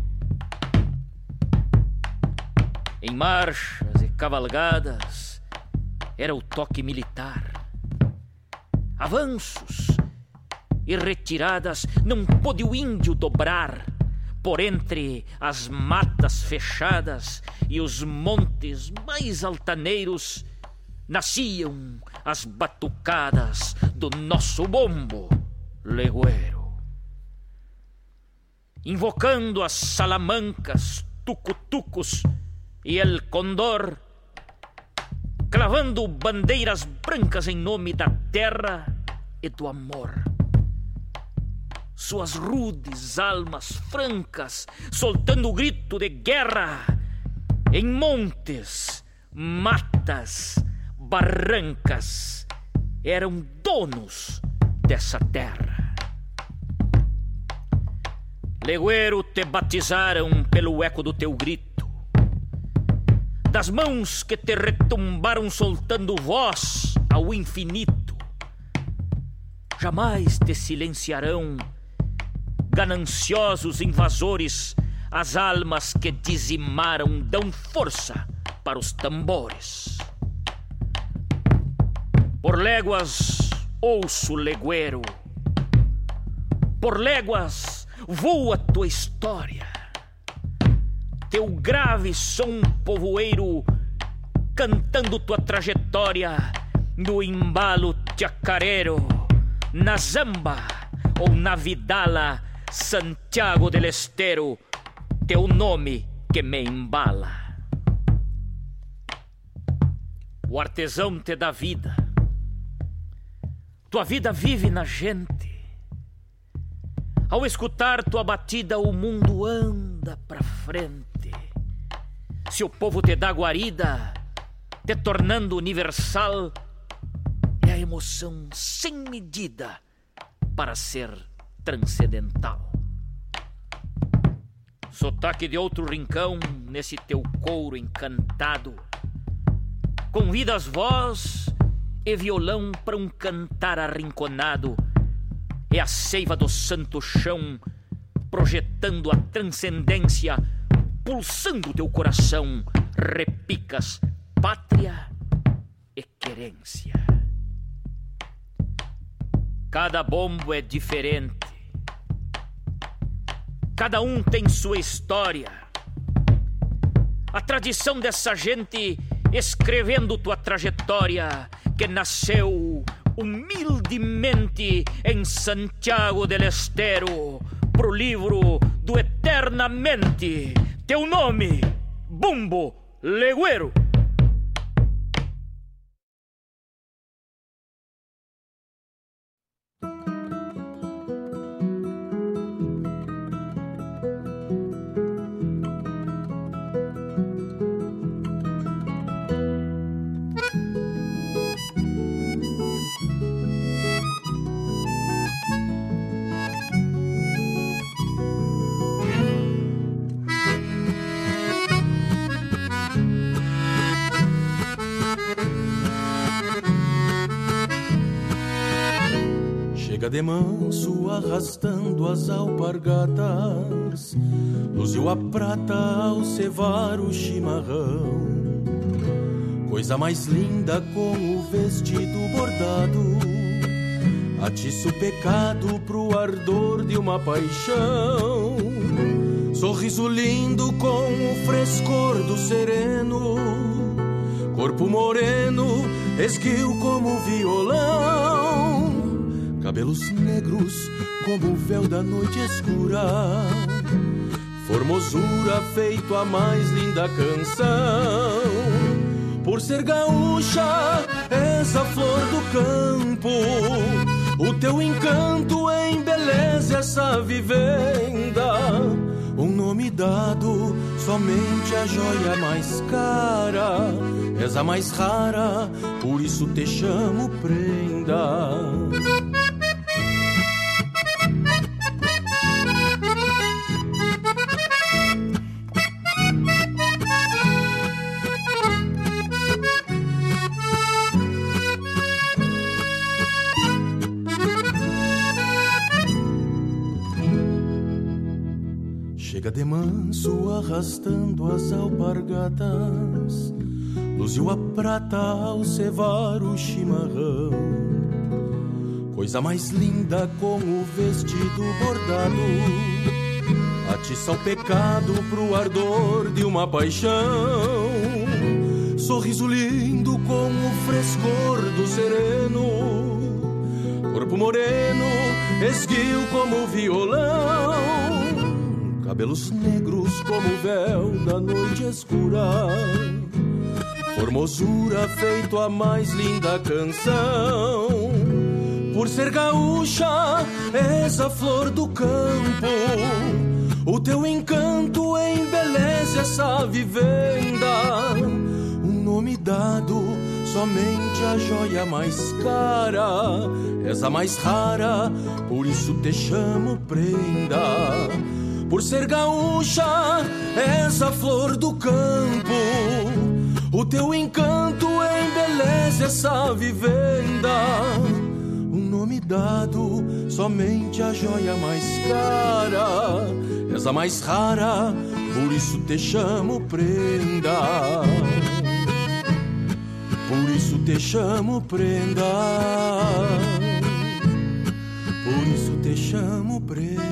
Speaker 3: Em marchas e cavalgadas era o toque militar. Avanços e retiradas não pôde o índio dobrar. Por entre as matas fechadas e os montes mais altaneiros nasciam as batucadas do nosso bombo legueiro. Invocando as salamancas, tucutucos e el condor, clavando bandeiras brancas em nome da terra e do amor. Suas rudes almas francas, soltando o grito de guerra, em montes, matas, barrancas, eram donos dessa terra. Legueiro, te batizaram pelo eco do teu grito, das mãos que te retumbaram soltando voz ao infinito. Jamais te silenciarão gananciosos invasores, as almas que dizimaram dão força para os tambores. Por léguas ouço legueiro, por léguas voa tua história, teu grave som povoeiro, cantando tua trajetória no embalo chacareiro, na zamba ou na vidala, Santiago del Estero, teu nome que me embala. O artesão te dá vida, tua vida vive na gente. Ao escutar tua batida, o mundo anda pra frente. Se o povo te dá guarida, te tornando universal, é a emoção sem medida para ser transcendental. Sotaque de outro rincão nesse teu couro encantado, convidas voz e violão para um cantar arrinconado. É a seiva do santo chão, projetando a transcendência, pulsando teu coração. Repicas pátria e querência. Cada bombo é diferente, cada um tem sua história. A tradição dessa gente escrevendo tua trajetória,
Speaker 11: que nasceu humildemente em Santiago del Estero, pro livro do Eternamente. Teu nome, Bumbo Legüero.
Speaker 6: Chega de manso arrastando as alpargatas, luziu a prata ao cevar o chimarrão. Coisa mais linda com o vestido bordado, atiça o pecado pro ardor de uma paixão. Sorriso lindo com o frescor do sereno, corpo moreno, esguio como violão. Cabelos negros como o véu da noite escura, formosura feito a mais linda canção. Por ser gaúcha, essa flor do campo, o teu encanto embeleza essa vivenda. Um nome dado, somente a joia mais cara, és a mais rara, por isso te chamo prenda. Chega de manso arrastando as alpargatas, luziu a prata ao cevar o chimarrão. Coisa mais linda com o vestido bordado, atiça o pecado pro ardor de uma paixão. Sorriso lindo com o frescor do sereno, corpo moreno, esguio como violão. Cabelos negros como o véu da noite escura, formosura feito a mais linda canção. Por ser gaúcha, essa flor do campo, o teu encanto embeleza essa vivenda. Um nome dado, somente a joia mais cara, és a mais rara, por isso te chamo prenda. Por ser gaúcha, essa flor do campo, o teu encanto embeleza essa vivenda. Um nome dado, somente a joia mais cara, és a mais rara, por isso te chamo prenda. Por isso te chamo prenda. Por isso te chamo prenda.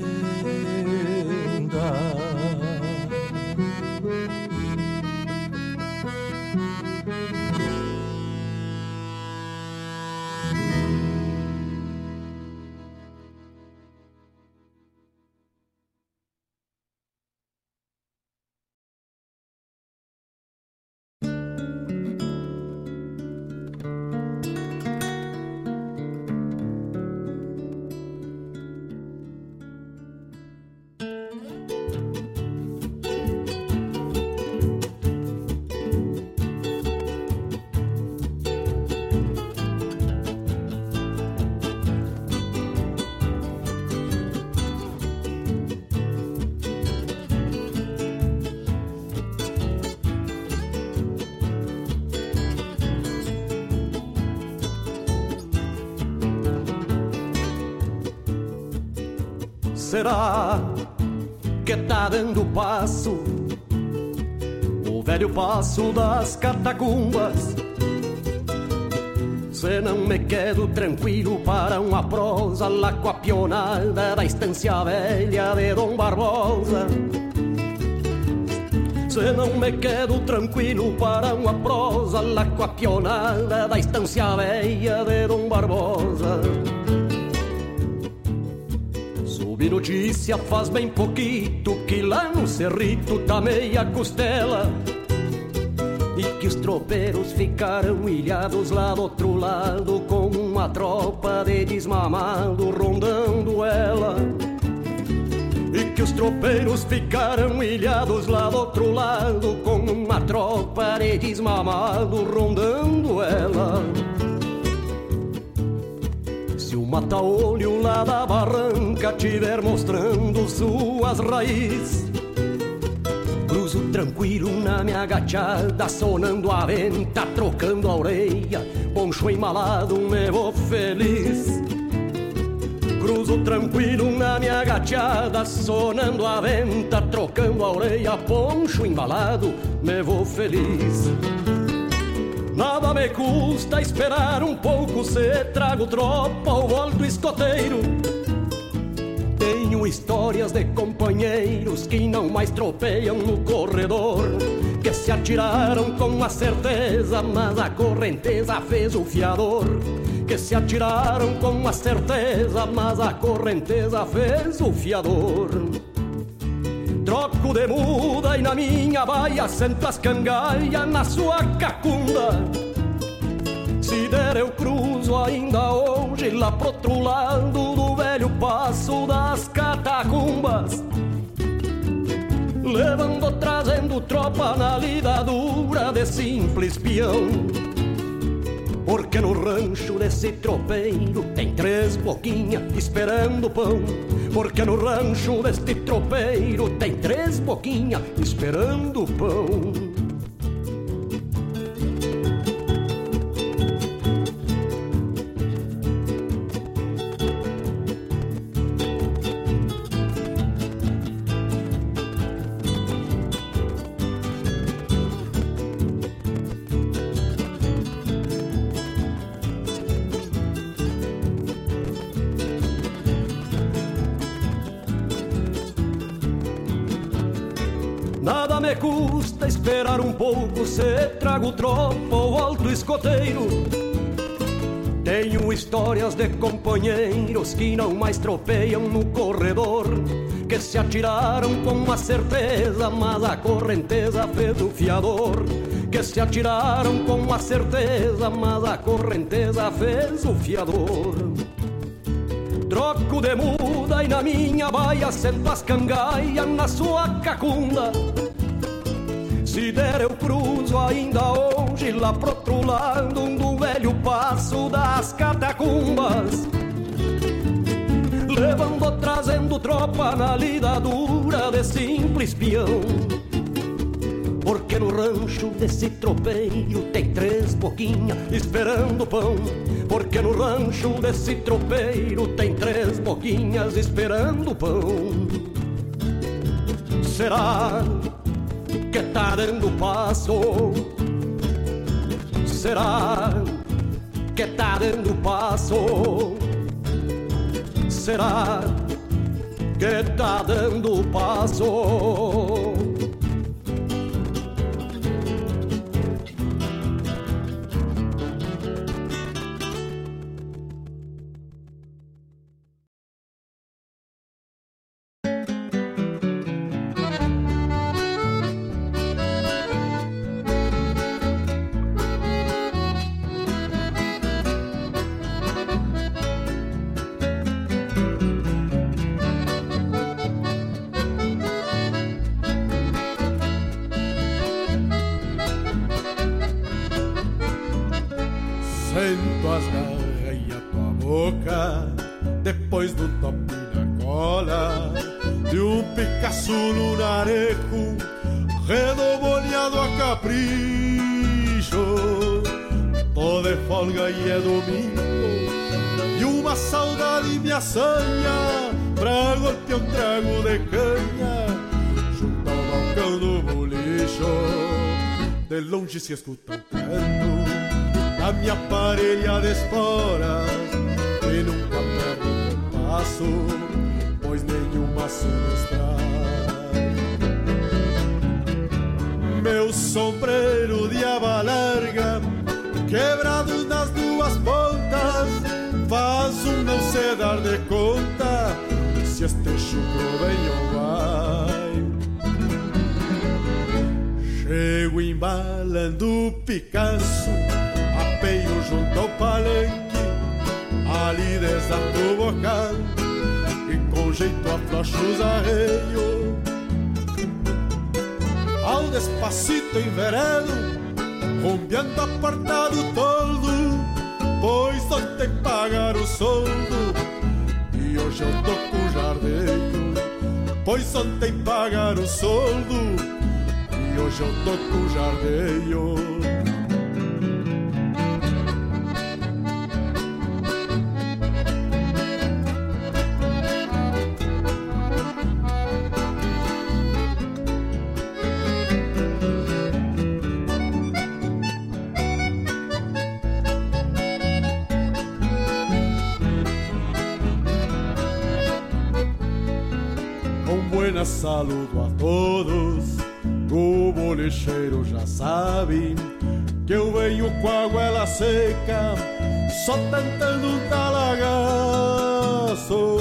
Speaker 8: Será que tá dando passo, o velho passo das catacumbas? Se não me quedo tranquilo para uma prosa lá com a pionada da estância velha de Dom Barbosa.
Speaker 6: Se não me quedo tranquilo para uma prosa lá com a pionada da estância velha de Dom Barbosa. Soube notícia faz bem pouquito que lá no cerrito tá meia costela e que os tropeiros ficaram ilhados lá do outro lado com uma tropa de desmamado rondando ela. E que os tropeiros ficaram ilhados lá do outro lado com uma tropa de desmamado rondando ela. Se o mata-olho lá da barranca tiver mostrando suas raízes, cruzo tranquilo na minha agachada, sonando a venta, trocando a orelha, poncho embalado, me vou feliz. Cruzo tranquilo na minha agachada, sonando a venta, trocando a orelha, poncho embalado, me vou feliz. Nada me custa esperar um pouco, se trago tropa ou volto escoteiro. Tenho histórias de companheiros que não mais tropeiam no corredor, que se atiraram com a certeza, mas a correnteza fez o fiador. Que se atiraram com a certeza, mas a correnteza fez o fiador. Troco de muda e na minha baia sento as cangaias na sua cacunda. Se der eu cruzo ainda hoje lá pro outro lado do velho passo das catacumbas, levando, trazendo tropa na lida dura de simples peão. Porque no rancho desse tropeiro tem 3 boquinhas esperando pão. Porque no rancho deste tropeiro tem 3 boquinhas esperando pão. Nada me custa esperar um pouco, se trago tropa ou volto escoteiro. Tenho histórias de companheiros que não mais tropeiam no corredor, que se atiraram com a certeza, mas a correnteza fez o fiador. Que se atiraram com a certeza, mas a correnteza fez o fiador. Troco de muda e na minha baia sento as cangaias na sua cacunda. Se der eu cruzo ainda hoje lá pro outro lado do velho passo das catacumbas, levando, trazendo tropa na lida dura de simples peão. Porque no rancho desse tropeiro tem 3 boquinhas esperando pão. Porque no rancho desse tropeiro tem 3 boquinhas esperando pão. Será que tá dando passo? Será que tá dando passo? Será que tá dando passo?
Speaker 12: Sento as garras e a tua boca, depois do tope na cola, de um Picasso lunareco, redobolhado a capricho. Tô de folga e é domingo, e uma saudade me assanha pra golpear um trago de canha junto ao balcão do bolicho. De longe se escuta um canto a minha parelha de esporas, e nunca perde o passo, pois nenhuma se distrai. meu sombreiro de aba larga, quebrado nas duas pontas, faz não se dar de conta se este chucro vem ou vai. Chego embalando o Picasso, apeio junto ao palenque, ali desato o bocal e com jeito aflocho os arreios. Ao despacito enveredo, rompeando a porta do toldo, pois ontem pagaram o soldo e hoje eu tô com o jardeio. Pois ontem pagaram o soldo e hoje eu tô com o jardeio. Saludo a todos, o bolicheiro já sabe que eu venho com a goela seca, só tentando um talagaço.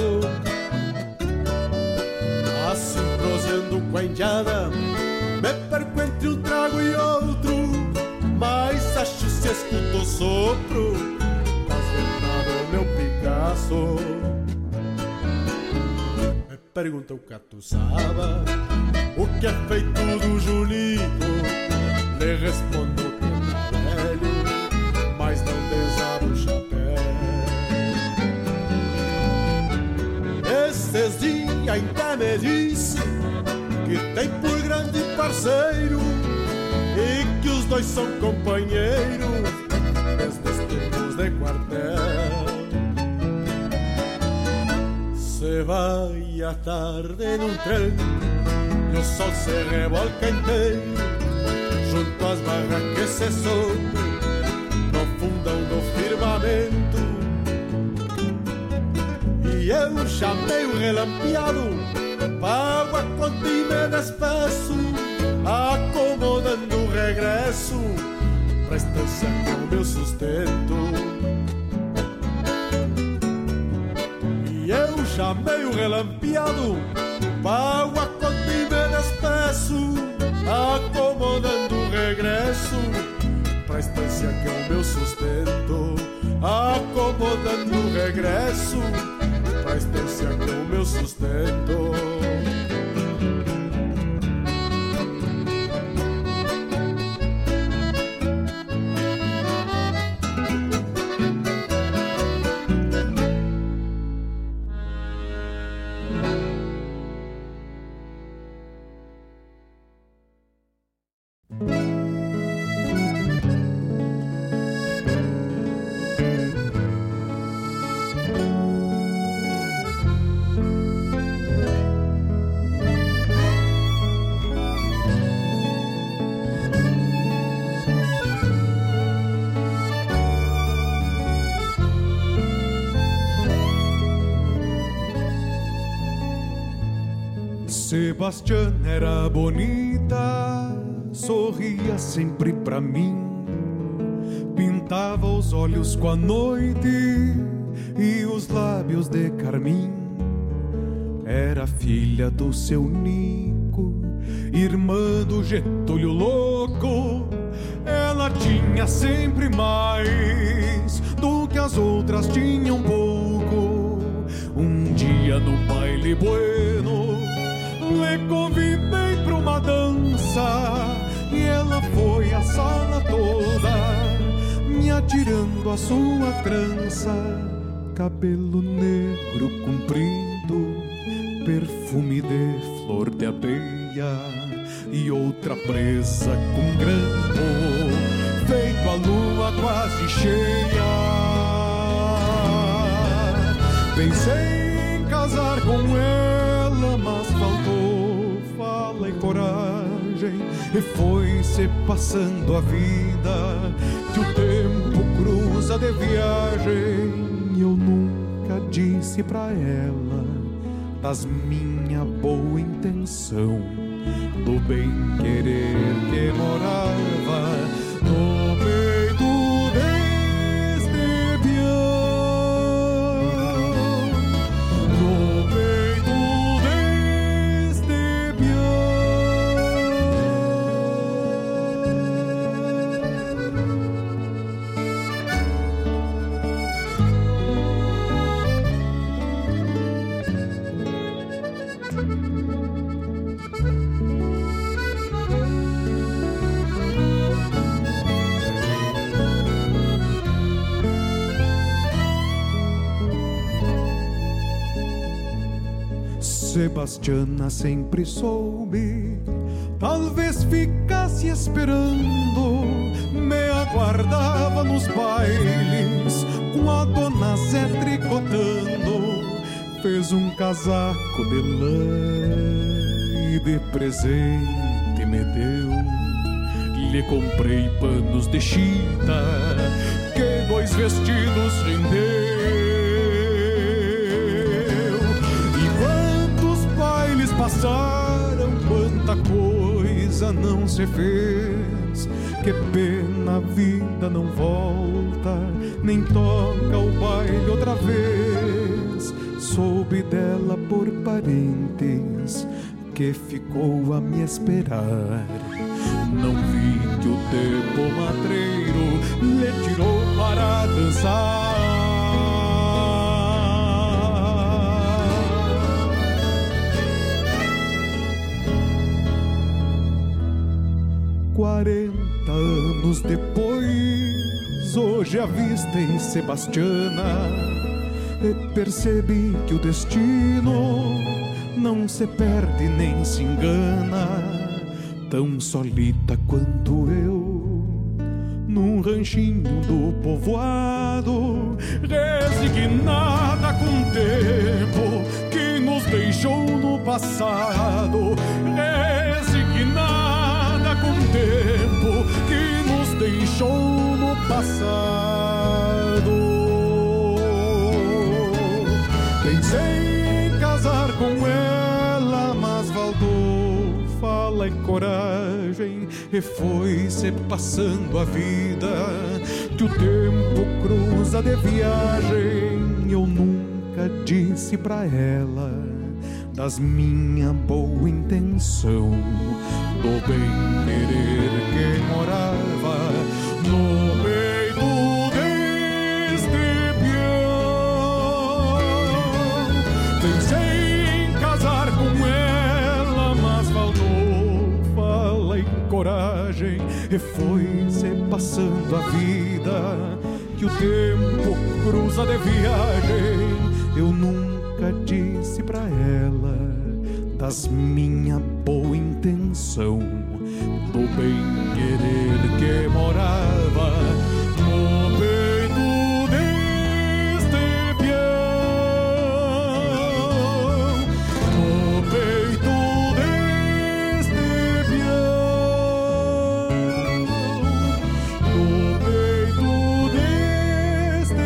Speaker 12: Assim prosseando com a indiada, me perco entre um trago e outro, mas acho se escuto o sopro das vendadas meu Picasso. Pergunta o catuçaba o que é feito do Julito, lhe respondo que tá velho, mas não desaba o chapéu. Esses dias ainda me disse que tem por grande parceiro e que os dois são companheiros desde os tempos de quartel. Se vai à tarde num trem e o sol se revolca inteiro junto às barras que se sobe no fundão do firmamento, e eu chamei o relampeado, pago a conta e me despeço, acomodando o regresso pra estância com o meu sustento. Eu chamei o relampeado, pago a conta e me despeço, acomodando o regresso pra estância que é o meu sustento. Acomodando o regresso pra estância que é o meu sustento.
Speaker 13: Sebastiana era bonita, sorria sempre pra mim, pintava os olhos com a noite e os lábios de carmim. Era filha do seu Nico, irmã do Getúlio louco. Ela tinha sempre mais do que as outras tinham pouco. Um dia no baile bueno lhe convidei pra uma dança e ela foi a sala toda me atirando a sua trança. Cabelo negro comprido, perfume de flor de abelha e outra presa com grampo, feito a lua quase cheia. Pensei em casar com ela, mas faltou fala e coragem, e foi se passando a vida que o tempo cruza de viagem. Eu nunca disse pra ela das minha boa intenção, do bem querer que morava no peito deste peão, no peito deste Sebastiana sempre soube, talvez ficasse esperando, me aguardava nos bailes, com a dona Zé tricotando, fez um casaco de lã e de presente me deu. Lhe comprei panos de chita, que 2 vestidos rendeu. Passaram, quanta coisa não se fez. Que pena, a vida não volta, nem toca o baile outra vez. Soube dela por parentes, que ficou a me esperar. Não vi que o tempo matreiro lhe tirou para dançar. 40 anos depois, hoje avistei Sebastiana e percebi que o destino não se perde nem se engana. Tão solita quanto eu, num ranchinho do povoado, resignada com o tempo que nos deixou no passado. Resignada com o tempo que nos deixou no passado. Pensei em casar com ela, mas faltou fala e coragem, e foi se passando a vida, que o tempo cruza de viagem. Eu nunca disse pra ela das minha boa intenção, do bem querer que morava no peito deste peão. Pensei em casar com ela, mas faltou fala e coragem, e foi se passando a vida, que o tempo cruza de viagem. Eu nunca disse pra ela das minha boa intenção, do bem querer que morava no peito deste peão, no peito deste peão, no peito deste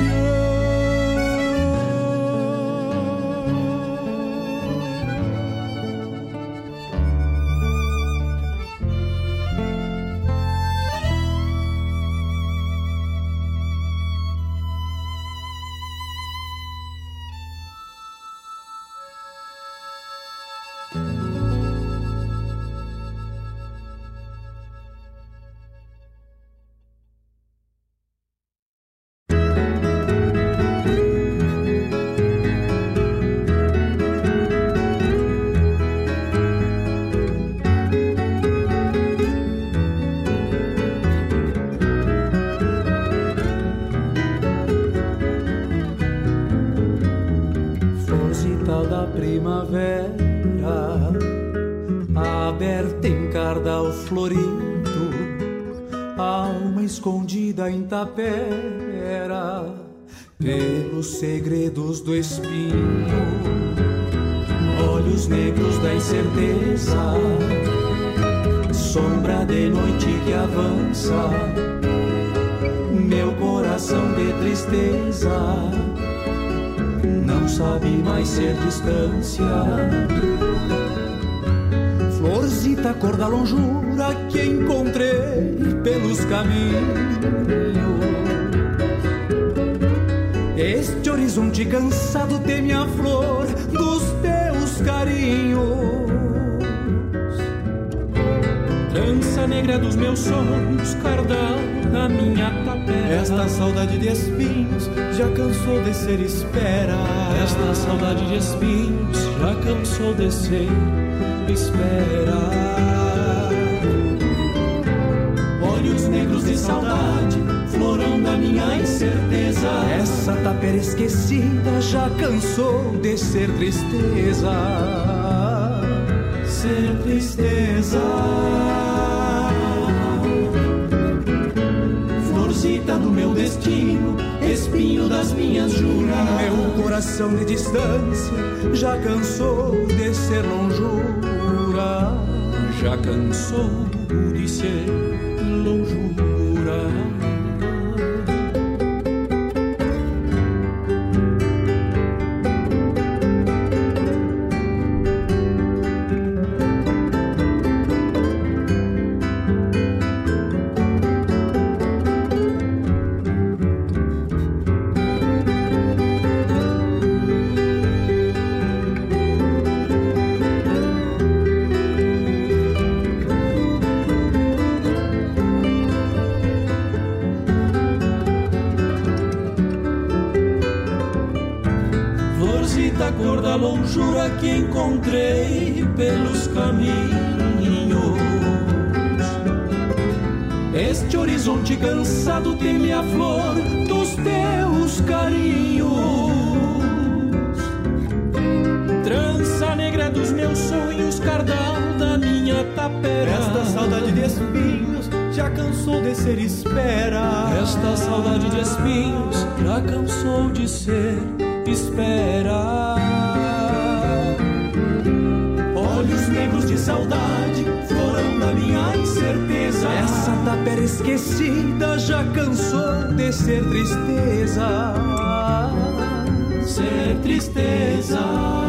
Speaker 14: primavera, aberta em cardal florido, alma escondida em tapera, pelos segredos do espinho, olhos negros da incerteza, sombra de noite que avança, meu coração de tristeza não sabe mais ser distância. Florzita, cor da longura que encontrei pelos caminhos. Este horizonte cansado teme a flor dos teus carinhos. Trança negra dos meus sonhos, cardal na minha tapera.
Speaker 13: Esta saudade de espinhos já cansou de ser espera.
Speaker 14: Esta saudade de espinhos já cansou de ser espera. Olhos negros de saudade, florão da minha incerteza. Essa tapera esquecida já cansou de ser tristeza. Ser tristeza. Florzita do meu destino, espinho das minhas juras. Meu coração de distância já cansou de ser longura. Já cansou de ser longura. Cor da longura que encontrei pelos caminhos. Este horizonte cansado teme a flor dos teus carinhos. Trança negra dos meus sonhos, cardal da minha tapera.
Speaker 13: Esta saudade de espinhos já cansou de ser espera.
Speaker 14: Esta saudade de espinhos já cansou de ser espera. Olhos negros de saudade, florão da minha incerteza. Essa tapera esquecida já cansou de ser tristeza. Ser tristeza.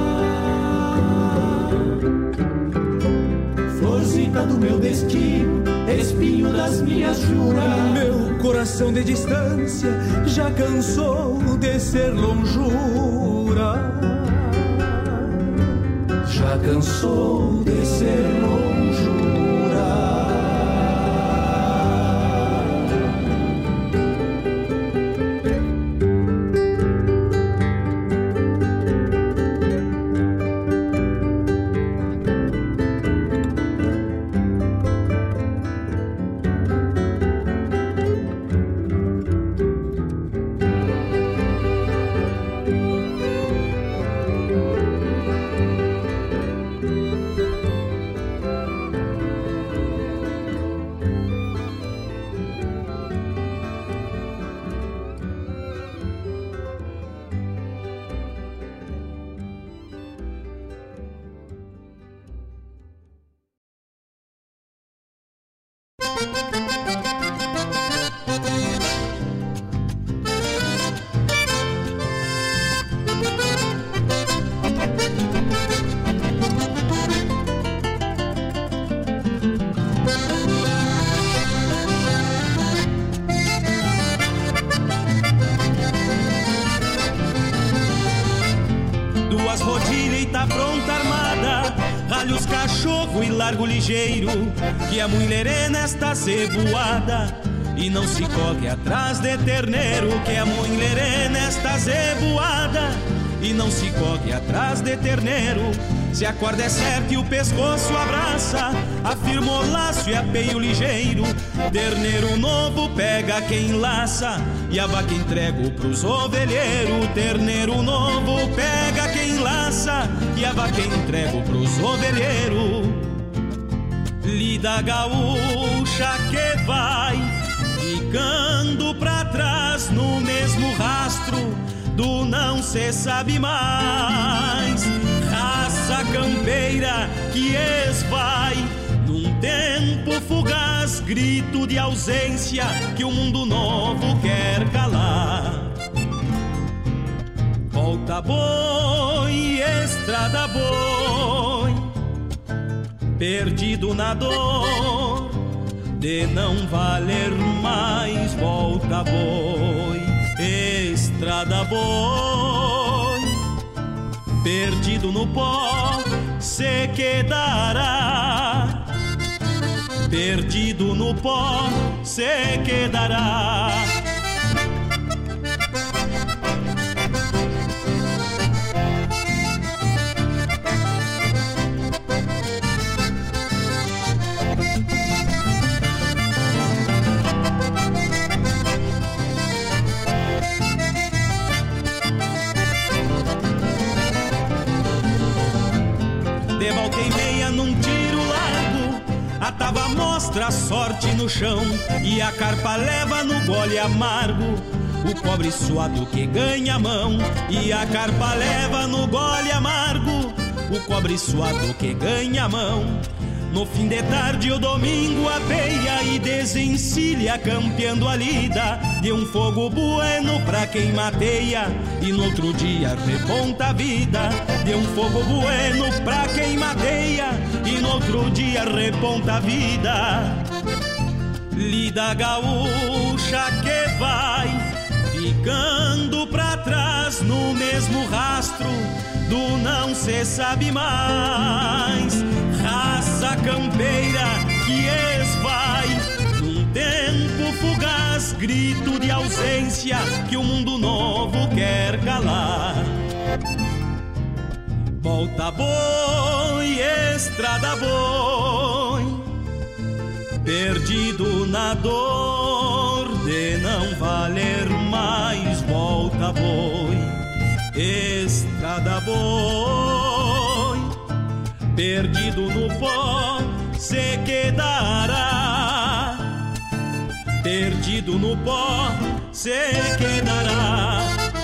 Speaker 14: Florzita do meu destino, espinho das minhas juras. Meu coração de distância já cansou de ser longura. Já cansou de ser longura.
Speaker 1: Largo ligeiro, que a mulherê nesta zeboada, e não se corre atrás de terneiro, que a mulherê nesta zeboada, e não se corre atrás de terneiro. Se a corda é certa e o pescoço abraça, afirma o laço e apeio ligeiro. Terneiro novo pega quem laça, e a vaca entrego pros ovelheiros. Terneiro novo pega quem laça, e a vaca entrego pros ovelheiros. Lida gaúcha que vai ficando pra trás no mesmo rastro do não se sabe mais. Raça campeira que esvai num tempo fugaz, grito de ausência que o mundo novo quer calar. Volta boi, estrada boi,
Speaker 6: perdido na dor de não valer mais. Volta boi, estrada boi, perdido no pó se quedará, perdido no pó se quedará. De volta e meia num tiro largo, a tava mostra a sorte no chão e a carpa leva no gole amargo o cobre suado que ganha a mão. E a carpa leva no gole amargo o cobre suado que ganha a mão. No fim de tarde o domingo apeia e desencilha, campeando a lida de um fogo bueno pra quem mateia, e no outro dia reponta a vida de um fogo bueno pra quem mateia, e no outro dia reponta a vida. Lida gaúcha que vai ficando pra trás no mesmo rastro do não se sabe mais. Raça campeira que esvai num tempo fugaz, grito de ausência que o mundo novo quer calar. Volta boi, estrada boi, perdido na dor de não valer mais. Volta boi, estrada boi, perdido no pó se quedará, perdido no pó se quedará.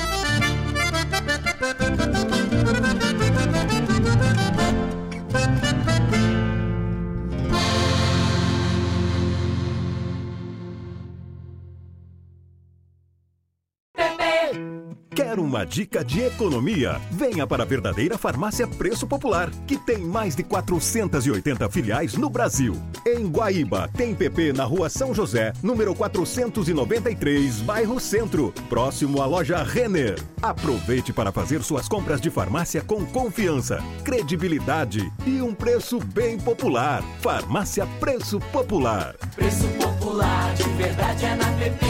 Speaker 15: Quer uma dica de economia? Venha para a verdadeira Farmácia Preço Popular, que tem mais de 480 filiais no Brasil. Em Guaíba, tem PP na Rua São José, número 493, bairro Centro, próximo à loja Renner. Aproveite para fazer suas compras de farmácia com confiança, credibilidade e um preço bem popular. Farmácia Preço Popular.
Speaker 14: Preço popular de verdade é na PP.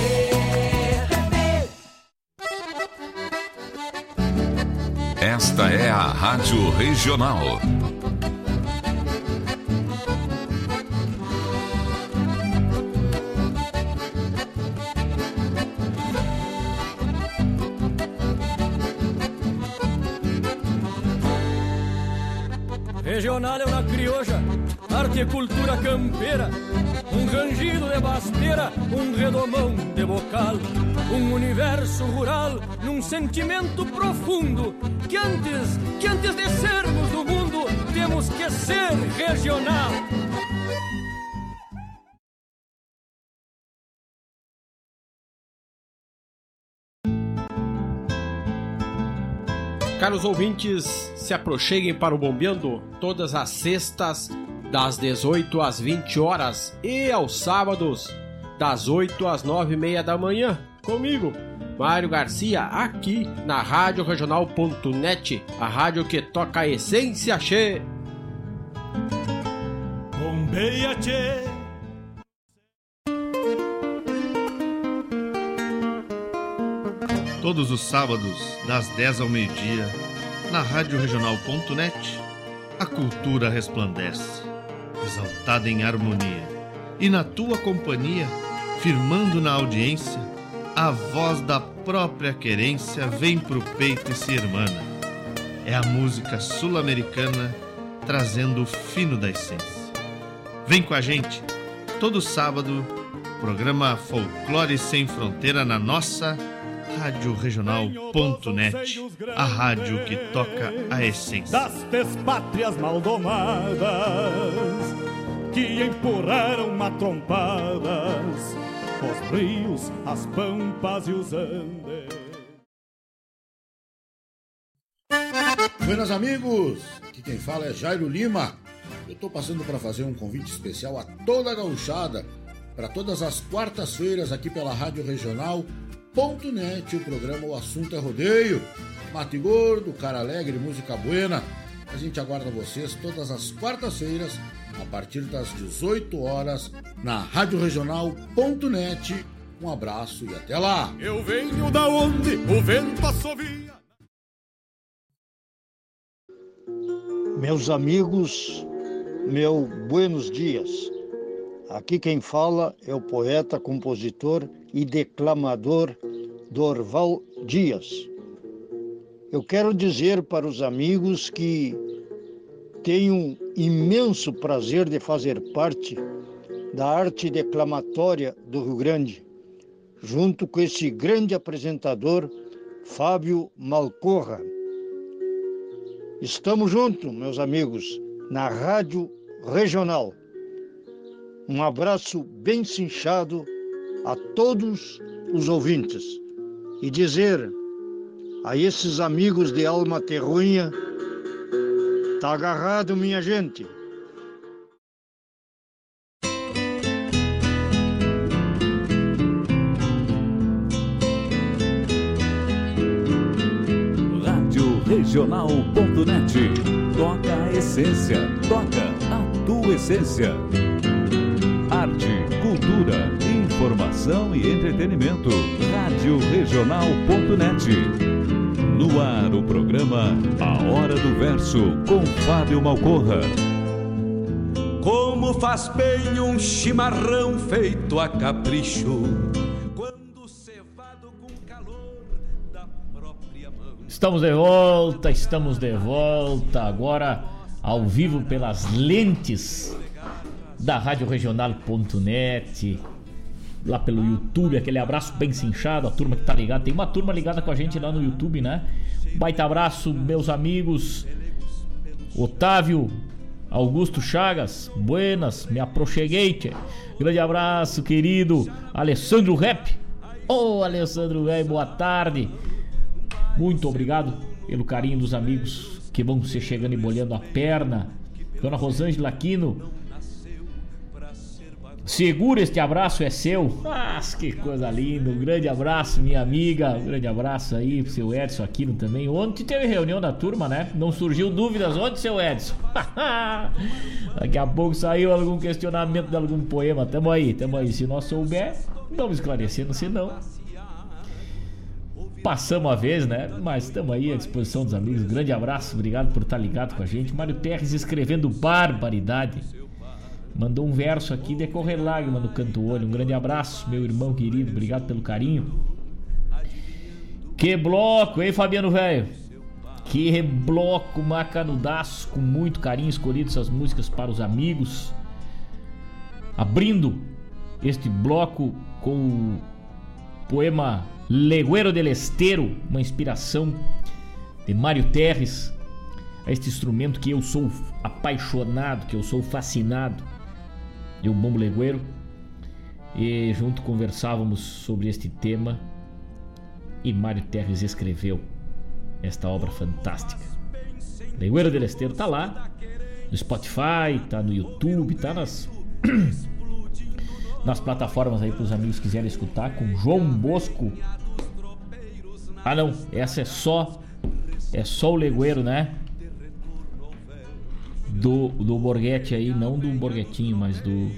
Speaker 2: Esta é a Rádio Regional.
Speaker 10: Regional é uma crioja, arte e cultura campeira, um rangido de basteira, um redomão de bocal, um universo rural num sentimento profundo, que antes de sermos do mundo, temos que ser regional.
Speaker 16: Caros ouvintes, se aproxeguem para o Bombeando todas as sextas, das 18 às 20 horas e aos sábados, das 8 às 9h30 da manhã, comigo, Mário Garcia, aqui na Rádio Regional.net, a rádio que toca a essência, che.
Speaker 4: Bombeia, che.
Speaker 17: Todos os sábados, das 10 ao meio-dia, na Rádio Regional.net, a cultura resplandece, exaltada em harmonia, e na tua companhia, firmando na audiência, a voz da própria querência vem pro peito e se irmana. É a música sul-americana trazendo o fino da essência. Vem com a gente, todo sábado, programa Folclore Sem Fronteira na nossa Rádio Regional.net, a rádio que toca a essência
Speaker 12: das despátrias maldomadas que empurraram matrompadas os rios, as pampas e os andes.
Speaker 18: Buenas amigos, aqui quem fala é Jairo Lima, Eu estou passando para fazer um convite especial a toda a gauchada, para todas as quartas-feiras aqui pela Rádio Regional.net, o programa O Assunto é Rodeio. Mate Gordo, Cara Alegre, Música Buena. A gente aguarda vocês todas as quartas-feiras, a partir das 18 horas, na Rádio Regional.net. Um abraço e até lá!
Speaker 12: Eu venho da onde o vento assovia.
Speaker 19: Meus amigos, meu buenos dias. Aqui quem fala é o poeta, compositor e declamador Dorval Dias. Eu quero dizer para os amigos que tenho um imenso prazer de fazer parte da arte declamatória do Rio Grande, junto com esse grande apresentador, Fábio Malcorra. Estamos juntos, meus amigos, na Rádio Regional. Um abraço bem cinchado a todos os ouvintes e dizer a esses amigos de alma terrunha, tá agarrado, minha gente.
Speaker 2: Rádio Regional.net. Toca a essência, toca a tua essência. Arte, cultura, informação e entretenimento. Rádio Regional.net. No ar, o programa A Hora do Verso, com Fábio Malcorra.
Speaker 5: Como faz bem um chimarrão feito a capricho, quando cevado com calor da própria mão.
Speaker 3: Estamos de volta, agora ao vivo pelas lentes da Rádio Regional.net, lá pelo YouTube. Aquele abraço bem cinchado, a turma que tá ligada. Tem uma turma ligada com a gente lá no YouTube, né? Baita abraço, meus amigos Otávio Augusto Chagas, buenas, me aproxeguei, tchê. Grande abraço, querido Alessandro Rep. Alessandro Rep, boa tarde. Muito obrigado pelo carinho dos amigos que vão ser chegando e bolhando a perna. Dona Rosângela Aquino, segura, este abraço é seu. Que coisa linda, um grande abraço, minha amiga. Um grande abraço aí pro seu Edson Aquino também. Ontem teve reunião da turma, né? Não surgiu dúvidas ontem, seu Edson. Daqui a pouco saiu algum questionamento de algum poema. Tamo aí. Se nós souber, vamos esclarecendo, senão passamos a vez, né? Mas estamos aí à disposição dos amigos. Grande abraço, obrigado por estar ligado com a gente. Mário Terres escrevendo barbaridade. Mandou um verso aqui, decorrer lágrima no canto olho. Um grande abraço, meu irmão querido, obrigado pelo carinho. Que bloco, hein, Fabiano velho? Que bloco macanudaço, com muito carinho escolhido essas músicas para os amigos. Abrindo este bloco com o poema Leguero del Estero, uma inspiração de Mário Terres, a este instrumento que eu sou apaixonado, que eu sou fascinado, e o bombo legueiro. E junto conversávamos sobre este tema e Mário Terres escreveu esta obra fantástica. Leguero del Estero tá lá no Spotify, tá no YouTube, tá nas plataformas aí para os amigos que quiserem escutar, com João Bosco. Ah não, essa é só o legueiro, né? Do Borghetti aí, não do Borghetinho, mas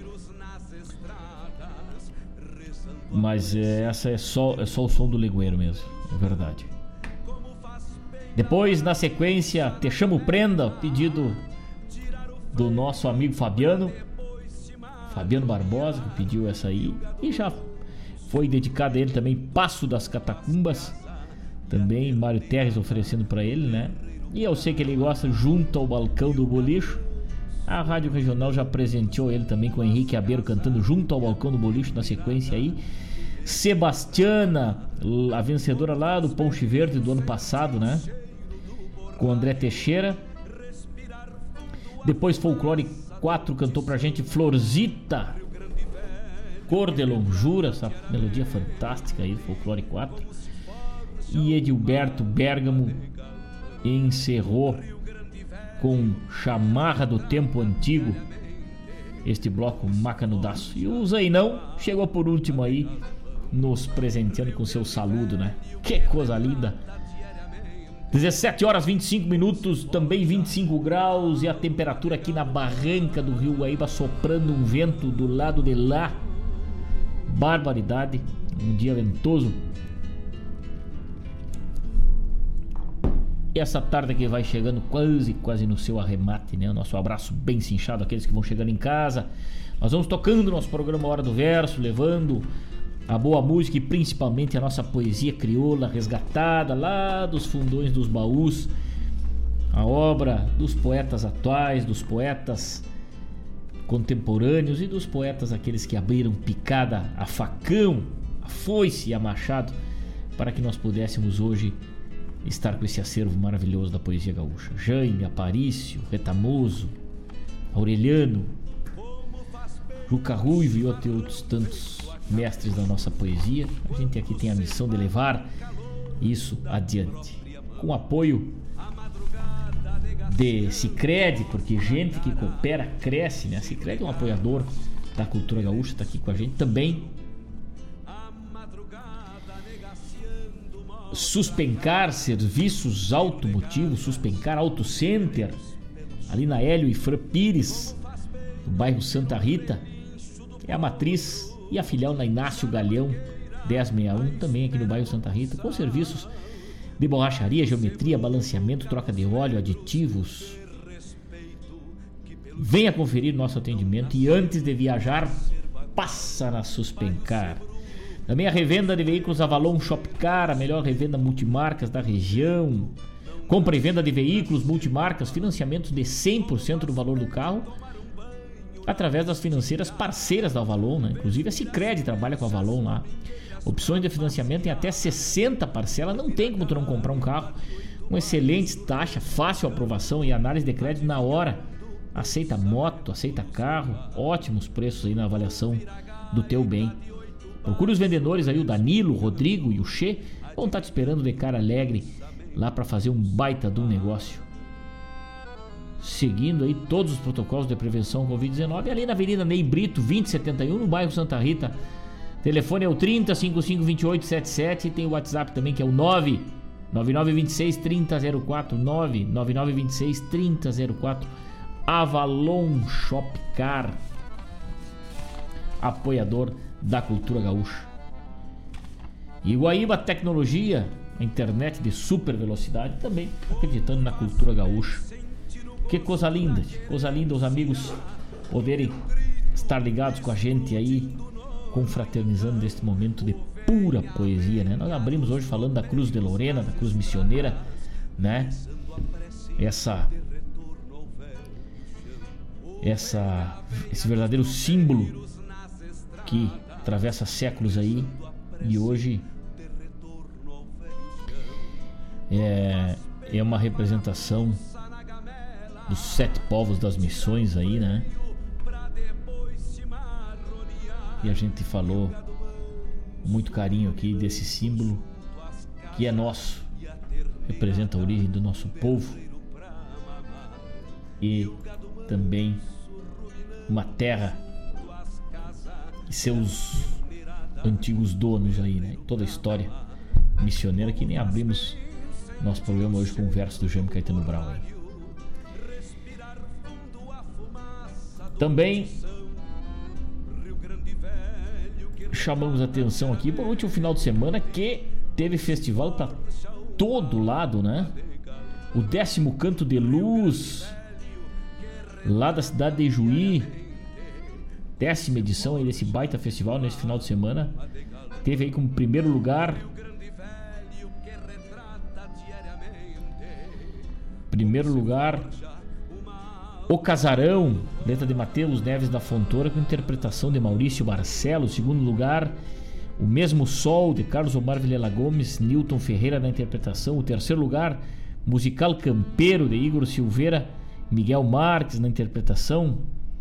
Speaker 3: essa é só o som do legueiro mesmo, é verdade. Depois, na sequência, Te Chamo Prenda, pedido do nosso amigo Fabiano Barbosa, que pediu essa aí, e já foi dedicada a ele também, Passo das Catacumbas, também Mário Terres oferecendo para ele, né? E eu sei que ele gosta, Junto ao Balcão do Bolicho. A Rádio Regional já presenteou ele também com o Henrique Abeiro cantando Junto ao Balcão do Bolicho na sequência aí. Sebastiana, a vencedora lá do Ponche Verde do ano passado, né? Com André Teixeira. Depois Folclore 4 cantou pra gente Florzita Cordelon Jura, essa melodia fantástica aí, Folclore 4. E Edilberto Bergamo encerrou com Chamarra do Tempo Antigo, este bloco macanudaço. E o Zainão chegou por último aí, nos presenteando com seu saludo, né? Que coisa linda! 17 horas 25 minutos, também 25 graus, e a temperatura aqui na barranca do Rio Guaíba soprando um vento do lado de lá. Barbaridade, um dia ventoso. E essa tarde que vai chegando quase no seu arremate, né? O nosso abraço bem cinchado àqueles que vão chegando em casa. Nós vamos tocando nosso programa Hora do Verso, levando a boa música e principalmente a nossa poesia crioula resgatada lá dos fundões dos baús, a obra dos poetas atuais, dos poetas contemporâneos e dos poetas aqueles que abriram picada a facão, a foice e a machado para que nós pudéssemos hoje estar com esse acervo maravilhoso da poesia gaúcha. Jaime, Aparício, Retamoso, Aureliano, Juca Ruivo e outros tantos mestres da nossa poesia. A gente aqui tem a missão de levar isso adiante, com apoio de Sicredi, porque gente que coopera cresce, né? A Sicredi é um apoiador da cultura gaúcha, está aqui com a gente também. Suspencar Serviços Automotivos, Suspencar Auto Center, ali na Hélio e Fran Pires, no bairro Santa Rita, é a matriz e a filial na Inácio Galeão 1061, também aqui no bairro Santa Rita, com serviços de borracharia, geometria, balanceamento, troca de óleo, aditivos. Venha conferir nosso atendimento e antes de viajar, passa na Suspencar. Também a revenda de veículos Avalon Shopcar, a melhor revenda multimarcas da região. Compra e venda de veículos multimarcas, financiamentos de 100% do valor do carro, através das financeiras parceiras da Avalon, né? Inclusive a Sicredi trabalha com a Avalon lá. Opções de financiamento em até 60 parcelas, não tem como tu não comprar um carro. Com excelentes taxas, fácil aprovação e análise de crédito na hora. Aceita moto, aceita carro, ótimos preços aí na avaliação do teu bem. Procure os vendedores aí, o Danilo, o Rodrigo e o Che, vão estar te esperando de cara alegre lá para fazer um baita de um negócio. Seguindo aí todos os protocolos de prevenção Covid-19, ali na Avenida Ney Brito, 2071, no bairro Santa Rita. Telefone é o 30 55 28 77 e tem o WhatsApp também, que é o 99926 3004, 99926 3004. Avalon Shopcar, apoiador da cultura gaúcha. E Guaíba Tecnologia, a internet de super velocidade, também acreditando na cultura gaúcha. Que coisa linda os amigos poderem estar ligados com a gente aí, confraternizando neste momento de pura poesia, né? Nós abrimos hoje falando da Cruz de Lorena, da Cruz Missioneira, né? Esse verdadeiro símbolo que atravessa séculos aí, e hoje é uma representação dos 7 povos das missões aí, né? E a gente falou com muito carinho aqui desse símbolo que é nosso, representa a origem do nosso povo e também uma terra e seus antigos donos aí, né? Toda a história missioneira, que nem abrimos nosso programa hoje com um verso do Jaime Caetano Brown aí. Também chamamos a atenção aqui por último final de semana que teve festival para todo lado, né? O 10º Canto de Luz lá da cidade de Juí, 10ª edição aí desse baita festival nesse final de semana. Teve aí como primeiro lugar O Casarão, letra de Mateus Neves da Fontoura, com interpretação de Maurício Barcelos. Segundo lugar, O Mesmo Sol, de Carlos Omar Vilela Gomes, Newton Ferreira na interpretação. O terceiro lugar, Musical Campeiro, de Igor Silveira, Miguel Marques na interpretação.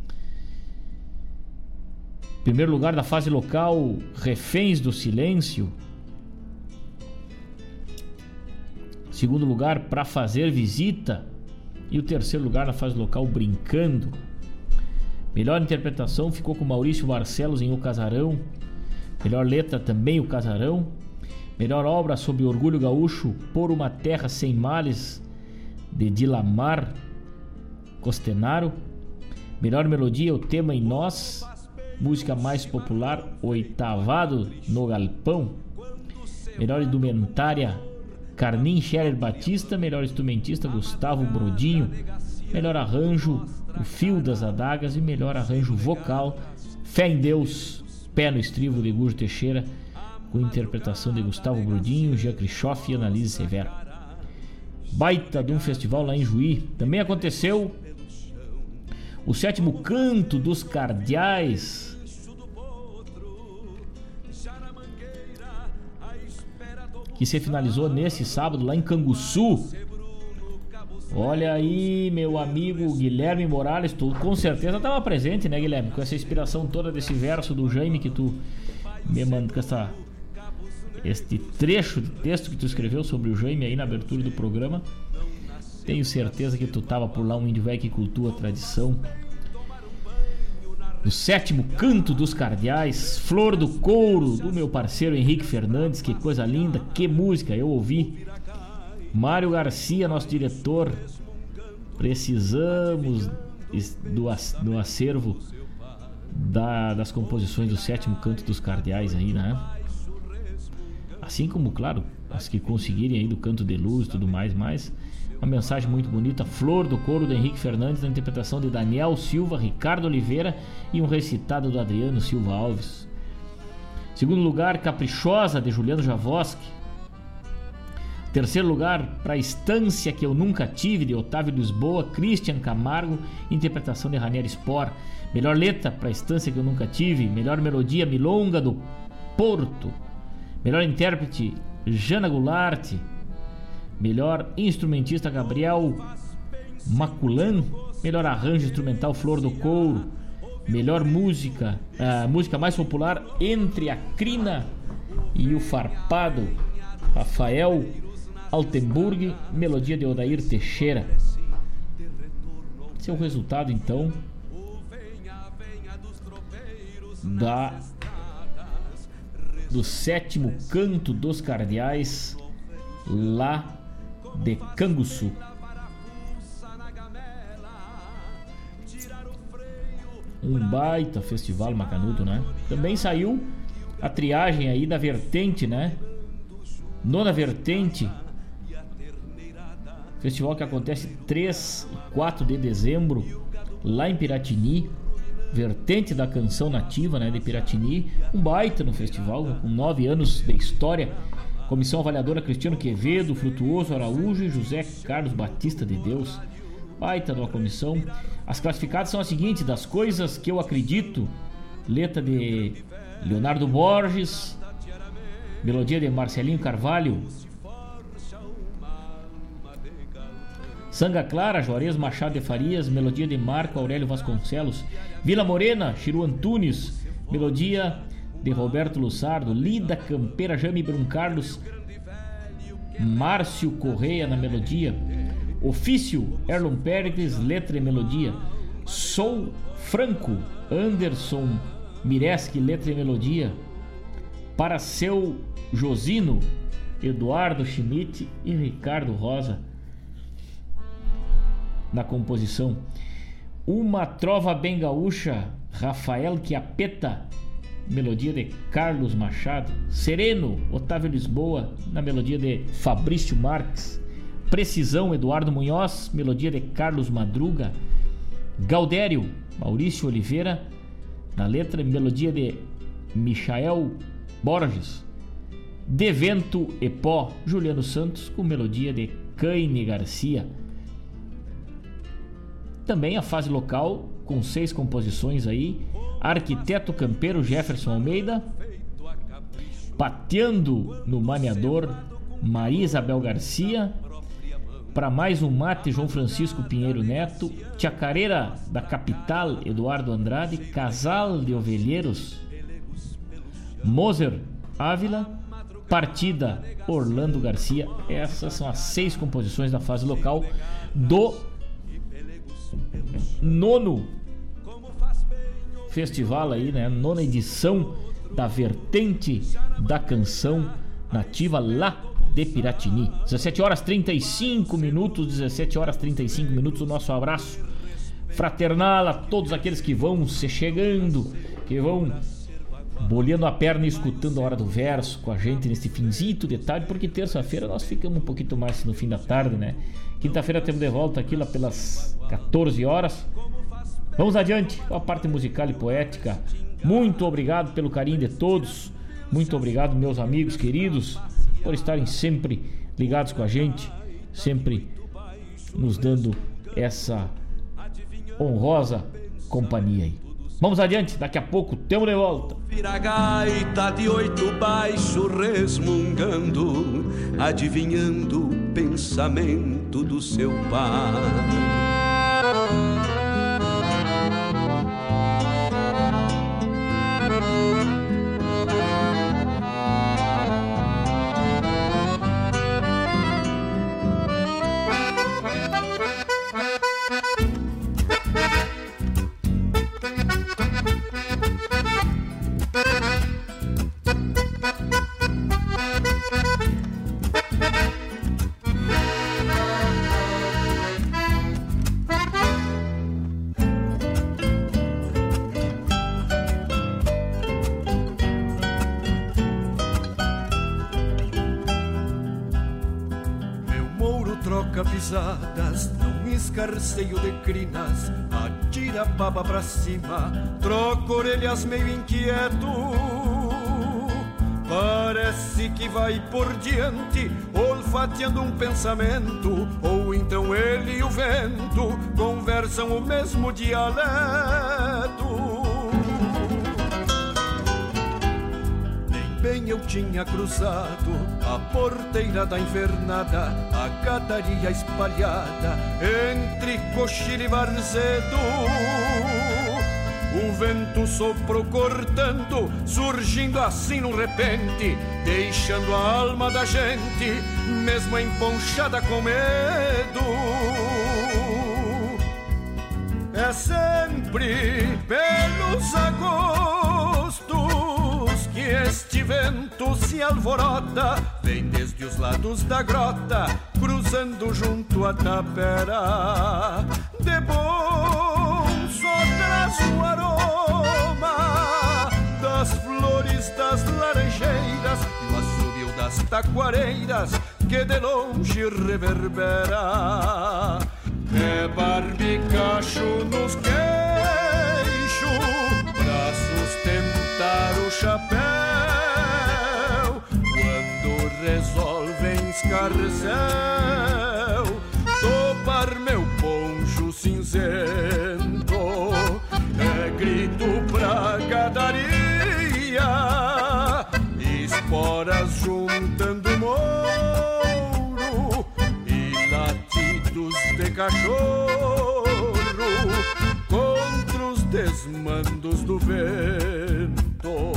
Speaker 3: Primeiro lugar da fase local, Reféns do Silêncio. Segundo lugar, Pra Fazer Visita, E o terceiro lugar na fase local, Brincando. Melhor interpretação ficou com Maurício Barcelos em O Casarão. Melhor letra também O Casarão. Melhor obra sobre orgulho gaúcho, Por uma Terra Sem Males, de Dilamar Costenaro. Melhor melodia, O Tema em Nós. Música mais popular, Oitavado no Galpão. Melhor indumentária, Carmin Scherer Batista. Melhor instrumentista, Gustavo Brodinho. Melhor arranjo, O Fio das Adagas. E melhor arranjo vocal, Fé em Deus, Pé no Estribo, de Gujo Teixeira, com interpretação de Gustavo Brodinho, Jean Krischoff e Annalise Severo. Baita de um festival lá em Juí. Também aconteceu o 7º Canto dos Cardeais, que se finalizou nesse sábado lá em Canguçu. Olha aí, meu amigo Guilherme Morales, tu com certeza estava presente, né, Guilherme? Com essa inspiração toda desse verso do Jaime que tu me mandou, com este trecho de texto que tu escreveu sobre o Jaime aí na abertura do programa. Tenho certeza que tu tava por lá, um índio velho que cultua a tradição. O 7º Canto dos Cardeais, Flor do Couro, do meu parceiro Henrique Fernandes. Que coisa linda, que música, eu ouvi. Mário Garcia, nosso diretor. Precisamos do acervo das composições do 7º Canto dos Cardeais aí, né? Assim como, claro, as que conseguirem aí do Canto de Luz e tudo mais, mas uma mensagem muito bonita. Flor do Couro, do Henrique Fernandes, na interpretação de Daniel Silva, Ricardo Oliveira e um recitado do Adriano Silva Alves. Segundo lugar, Caprichosa, de Juliano Javoski. Terceiro lugar, Pra Estância Que Eu Nunca Tive, de Otávio Lisboa, Christian Camargo, interpretação de Ranieri Spor. Melhor letra, Pra Estância Que Eu Nunca Tive. Melhor melodia, Milonga do Porto. Melhor intérprete, Jana Goulart. Melhor instrumentista, Gabriel Maculan. Melhor arranjo instrumental, Flor do Couro. Melhor música, música mais popular, Entre a Crina e o Farpado, Rafael Altenburg. Melodia de Odair Teixeira. Esse é o resultado então do 7º Canto dos Cardeais lá de Canguçu. Um baita festival macanudo, né? Também saiu a triagem aí da vertente, né? Nona Vertente, festival que acontece 3 e 4 de dezembro lá em Piratini. Vertente da Canção Nativa, né, de Piratini. Um baita no festival, com 9 anos de história. Comissão avaliadora, Cristiano Quevedo, Frutuoso Araújo e José Carlos Batista de Deus. Baita de uma comissão. As classificadas são as seguintes: Das Coisas Que Eu Acredito, letra de Leonardo Borges, melodia de Marcelinho Carvalho. Sanga Clara, Juarez Machado de Farias, melodia de Marco Aurélio Vasconcelos. Vila Morena, Chiru Antunes, melodia de Roberto Lussardo. Lida Campeira, Jaime Brum Carlos, Márcio Correia na melodia. Ofício, Erlon Pericles, letra e melodia. Sou Franco, Anderson Mireski, letra e melodia. Para Seu Josino, Eduardo Schmidt e Ricardo Rosa na composição. Uma Trova Bem Gaúcha, Rafael Chiappetta, melodia de Carlos Machado. Sereno, Otávio Lisboa, na melodia de Fabrício Marques. Precisão, Eduardo Munhoz, melodia de Carlos Madruga. Gaudério, Maurício Oliveira, na letra e melodia de Michael Borges. De Vento e Pó, Juliano Santos, com melodia de Caine Garcia. Também a fase local, com 6 composições aí. Arquiteto Campeiro, Jefferson Almeida. Pateando no Maniador, Maria Isabel Garcia. Para Mais um Mate, João Francisco Pinheiro Neto. Chacareira da Capital, Eduardo Andrade. Casal de Ovelheiros, Moser Ávila. Partida, Orlando Garcia. Essas são as 6 composições da fase local do nono festival aí, né? Nona edição da Vertente da Canção Nativa lá de Piratini. 17 horas 35 minutos, 17 horas 35 minutos. O nosso abraço fraternal a todos aqueles que vão se chegando, que vão bolhando a perna e escutando a Hora do Verso com a gente nesse finzito de tarde, porque terça-feira nós ficamos um pouquinho mais no fim da tarde, né? Quinta-feira temos de volta aqui lá pelas 14 horas. Vamos adiante com a parte musical e poética. Muito obrigado pelo carinho de todos. Muito obrigado, meus amigos queridos, por estarem sempre ligados com a gente, sempre nos dando essa honrosa companhia aí. Vamos adiante, daqui a pouco temos de volta.
Speaker 5: Vira gaita de 8 baixo resmungando, adivinhando o pensamento do seu pai.
Speaker 14: Num escarceio de crinas, atira a baba pra cima, troca orelhas meio inquieto. Parece que vai por diante, olfateando um pensamento, ou então ele e o vento conversam o mesmo dialeto. Bem eu tinha cruzado a porteira da invernada, a gadaria espalhada entre coxilha e varzedo. O vento soprou cortando, surgindo assim num repente, deixando a alma da gente mesmo emponchada com medo. É sempre pelos agostos que este vento se alvorota, vem desde os lados da grota, cruzando junto à tapera. De bom só traz o aroma das flores das laranjeiras e o assobio das taquareiras que de longe reverbera. É barbicacho nos queixos pra sustentar o chapéu, quando resolvem escarcel topar meu poncho cinzento. É grito pra gadaria, esporas juntando mouro e latidos de cachorro contra os desmandos do vento.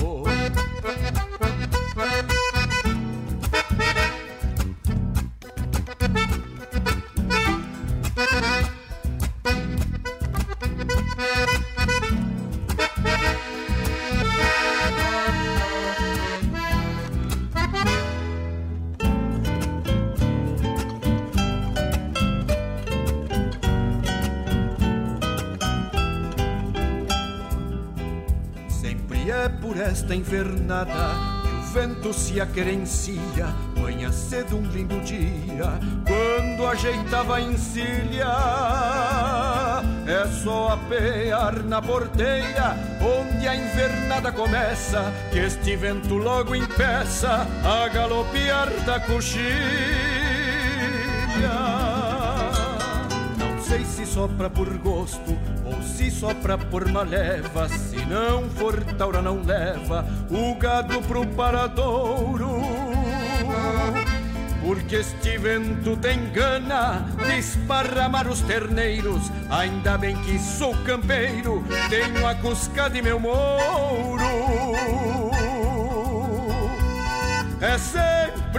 Speaker 14: Esta invernada que o vento se aquerencia, manhã cedo um lindo dia, quando ajeitava a encilha. É só apear na porteira onde a invernada começa, que este vento logo impeça a galopear da coxilha. Não sei se sopra por gosto ou se sopra por maleva, se não for taura não leva o gado pro paradouro. Porque este vento tem gana de esparramar os terneiros, ainda bem que sou campeiro, tenho a cusca de meu mouro. É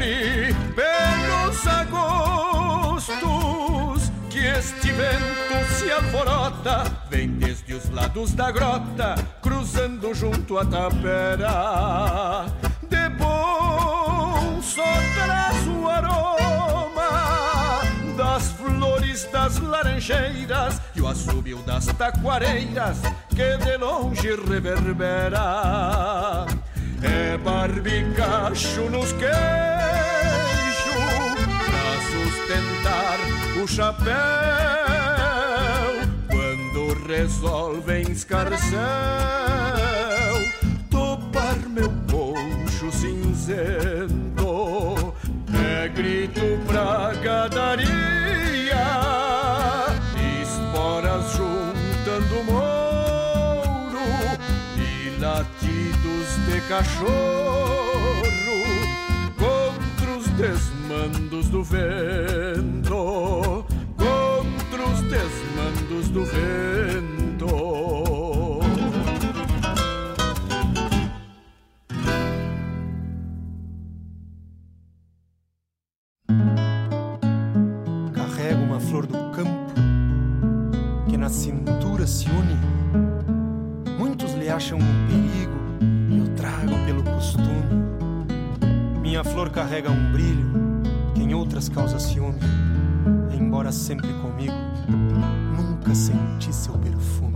Speaker 14: sempre pelos agostos que este vento
Speaker 6: se alvorota, vem desde os lados da grota, cruzando junto à tapera. De bom só traz o aroma das flores das laranjeiras e o assobio das taquareiras que de longe reverbera. É barbicacho nos queixos pra sustentar o chapéu quando resolvem escarcel topar meu poncho cinzento. É grito pra gadaria, esporas juntando mouro e latidos de cachorro contra os desmandos do vento, contra os desmandos do vento.
Speaker 20: Carrego uma flor do campo que na cintura se une. Muitos lhe acham um perigo, eu trago pelo costume. Minha flor carrega um brilho que em outras causa ciúme. Embora sempre comigo, nunca senti seu perfume.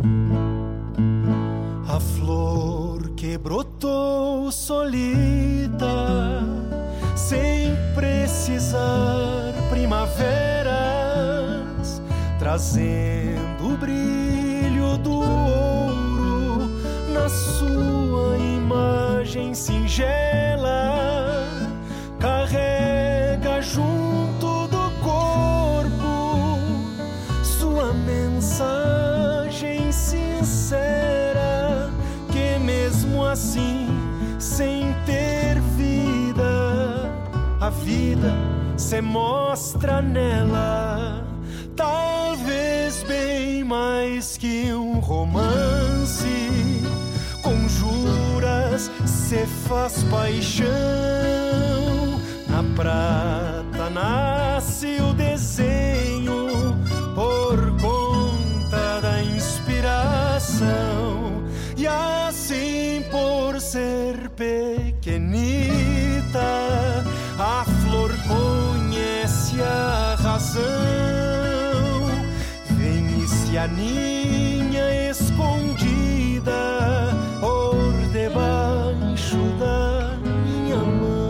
Speaker 20: A flor que brotou solita, sem precisar primaveras, trazendo o brilho do ouro na sua imagem singela, carrega junto do corpo sua mensagem sincera, que mesmo assim, sem ter vida, a vida se mostra nela. Talvez bem mais que um romance, conjuras se faz paixão. Na prata nasce o desenho por conta da inspiração. E assim, por ser pequenita, a flor conhece a razão. Vem e se aninha escondida por debaixo da minha mão.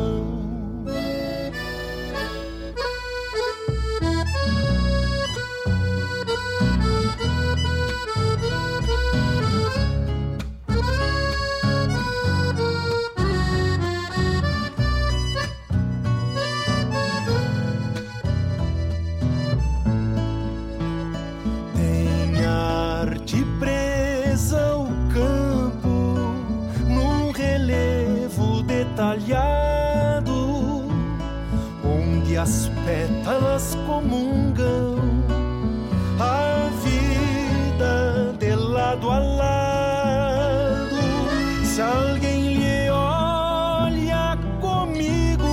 Speaker 20: Detalhado, onde as pétalas comungam a vida de lado a lado. Se alguém lhe olha comigo,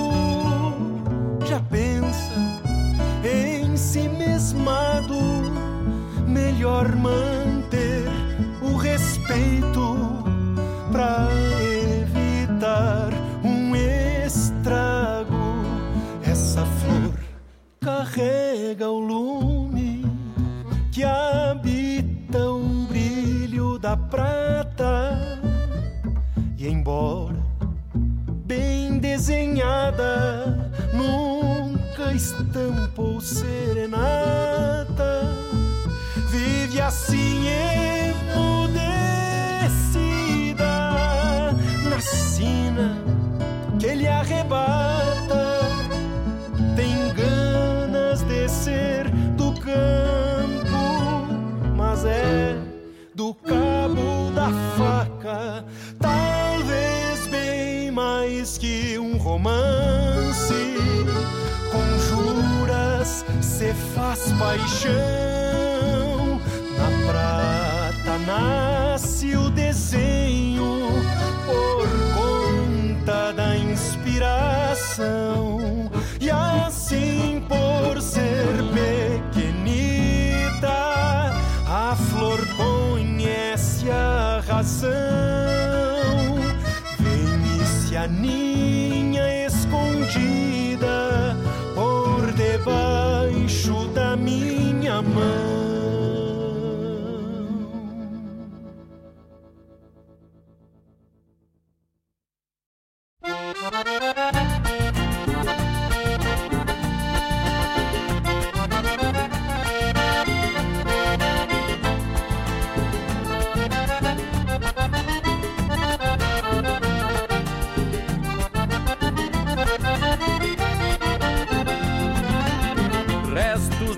Speaker 20: já pensa em si mesmado. Melhor manter o respeito pra um estrago. Essa flor carrega o lume que habita o brilho da prata. E embora bem desenhada, nunca estampou serenata. Vive assim emudecida na sina que lhe arrebata. Tem ganas de ser do campo, mas é do cabo da faca. Talvez bem mais que um romance, conjuras se faz paixão. Na prata nasce o desenho por conta da inspiração. E assim, por ser pequenita,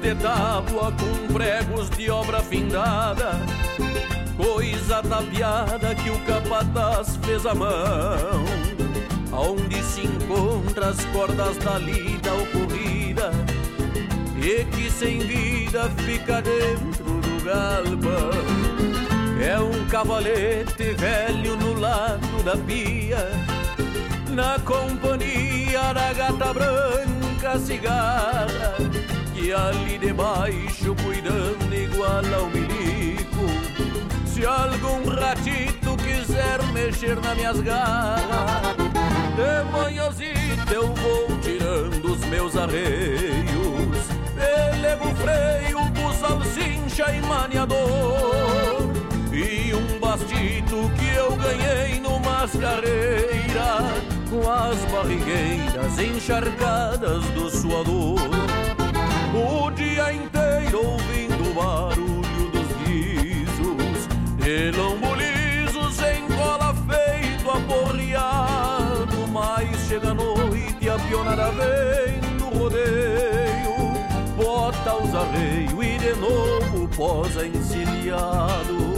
Speaker 21: de tábua com pregos de obra findada, coisa tapeada que o capataz fez à mão, aonde se encontra as cordas da lida ocorrida e que sem vida fica dentro do galpão. É um cavalete velho no lado da pia, na companhia da gata branca cigarra, que ali debaixo cuidando igual ao milico. Se algum ratito quiser mexer nas minhas garras, de manhãzita eu vou tirando os meus arreios, pelego, freio, buçal, cincha e maniador, e um bastito que eu ganhei numa carreira, com as barrigueiras encharcadas do suador. O dia inteiro ouvindo o barulho dos guizos, de lombo liso sem cola feito aporreado. Mas chega a noite e a pionada vem do rodeio, bota os arreios e de novo posa encilhado.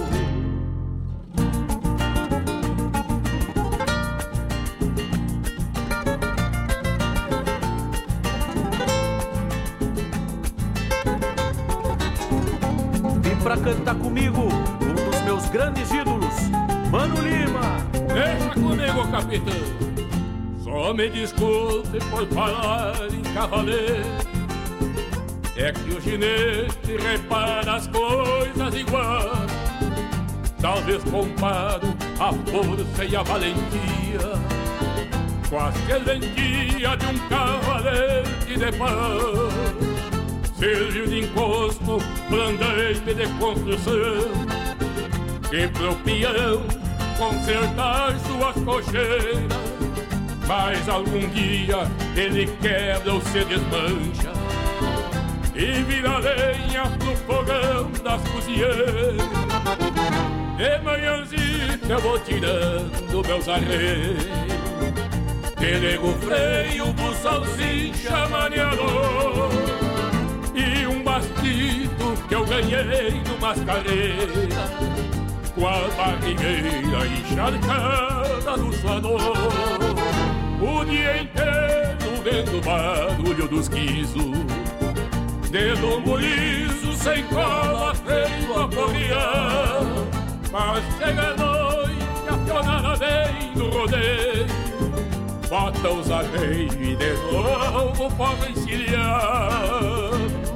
Speaker 21: Pra cantar comigo um dos meus grandes ídolos, Mano Lima.
Speaker 22: Deixa comigo, capitão. Só me desculpe por falar em cavalete, é que o ginete repara as coisas igual. Talvez comparo a força e a valentia com a serventia de um cavalete de pau. Serviu de encosto, blandeite de construção, e pro peão consertar suas cocheiras. Mas algum dia ele quebra ou se desmancha e vira lenha pro fogão das cozinheiras. De manhãzita eu vou tirando meus arreios, pelego, freio, buçal, cincha, maniador, e um bastito que eu ganhei numa carreira, com a barrigueira encharcada do suador. O dia inteiro vendo o barulho dos guizos, de lombo liso sem cola feito a porrear. Mas chega a noite, a pionada vem do rodeio, bota os arreios e de novo pode encilhar.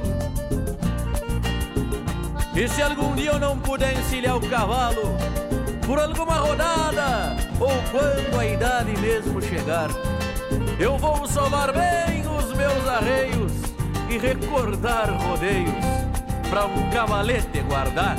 Speaker 21: E se algum dia eu não puder encilhar o cavalo, por alguma rodada, ou quando a idade mesmo chegar, eu vou sovar bem os meus arreios e recordar rodeios pra um cavalete guardar.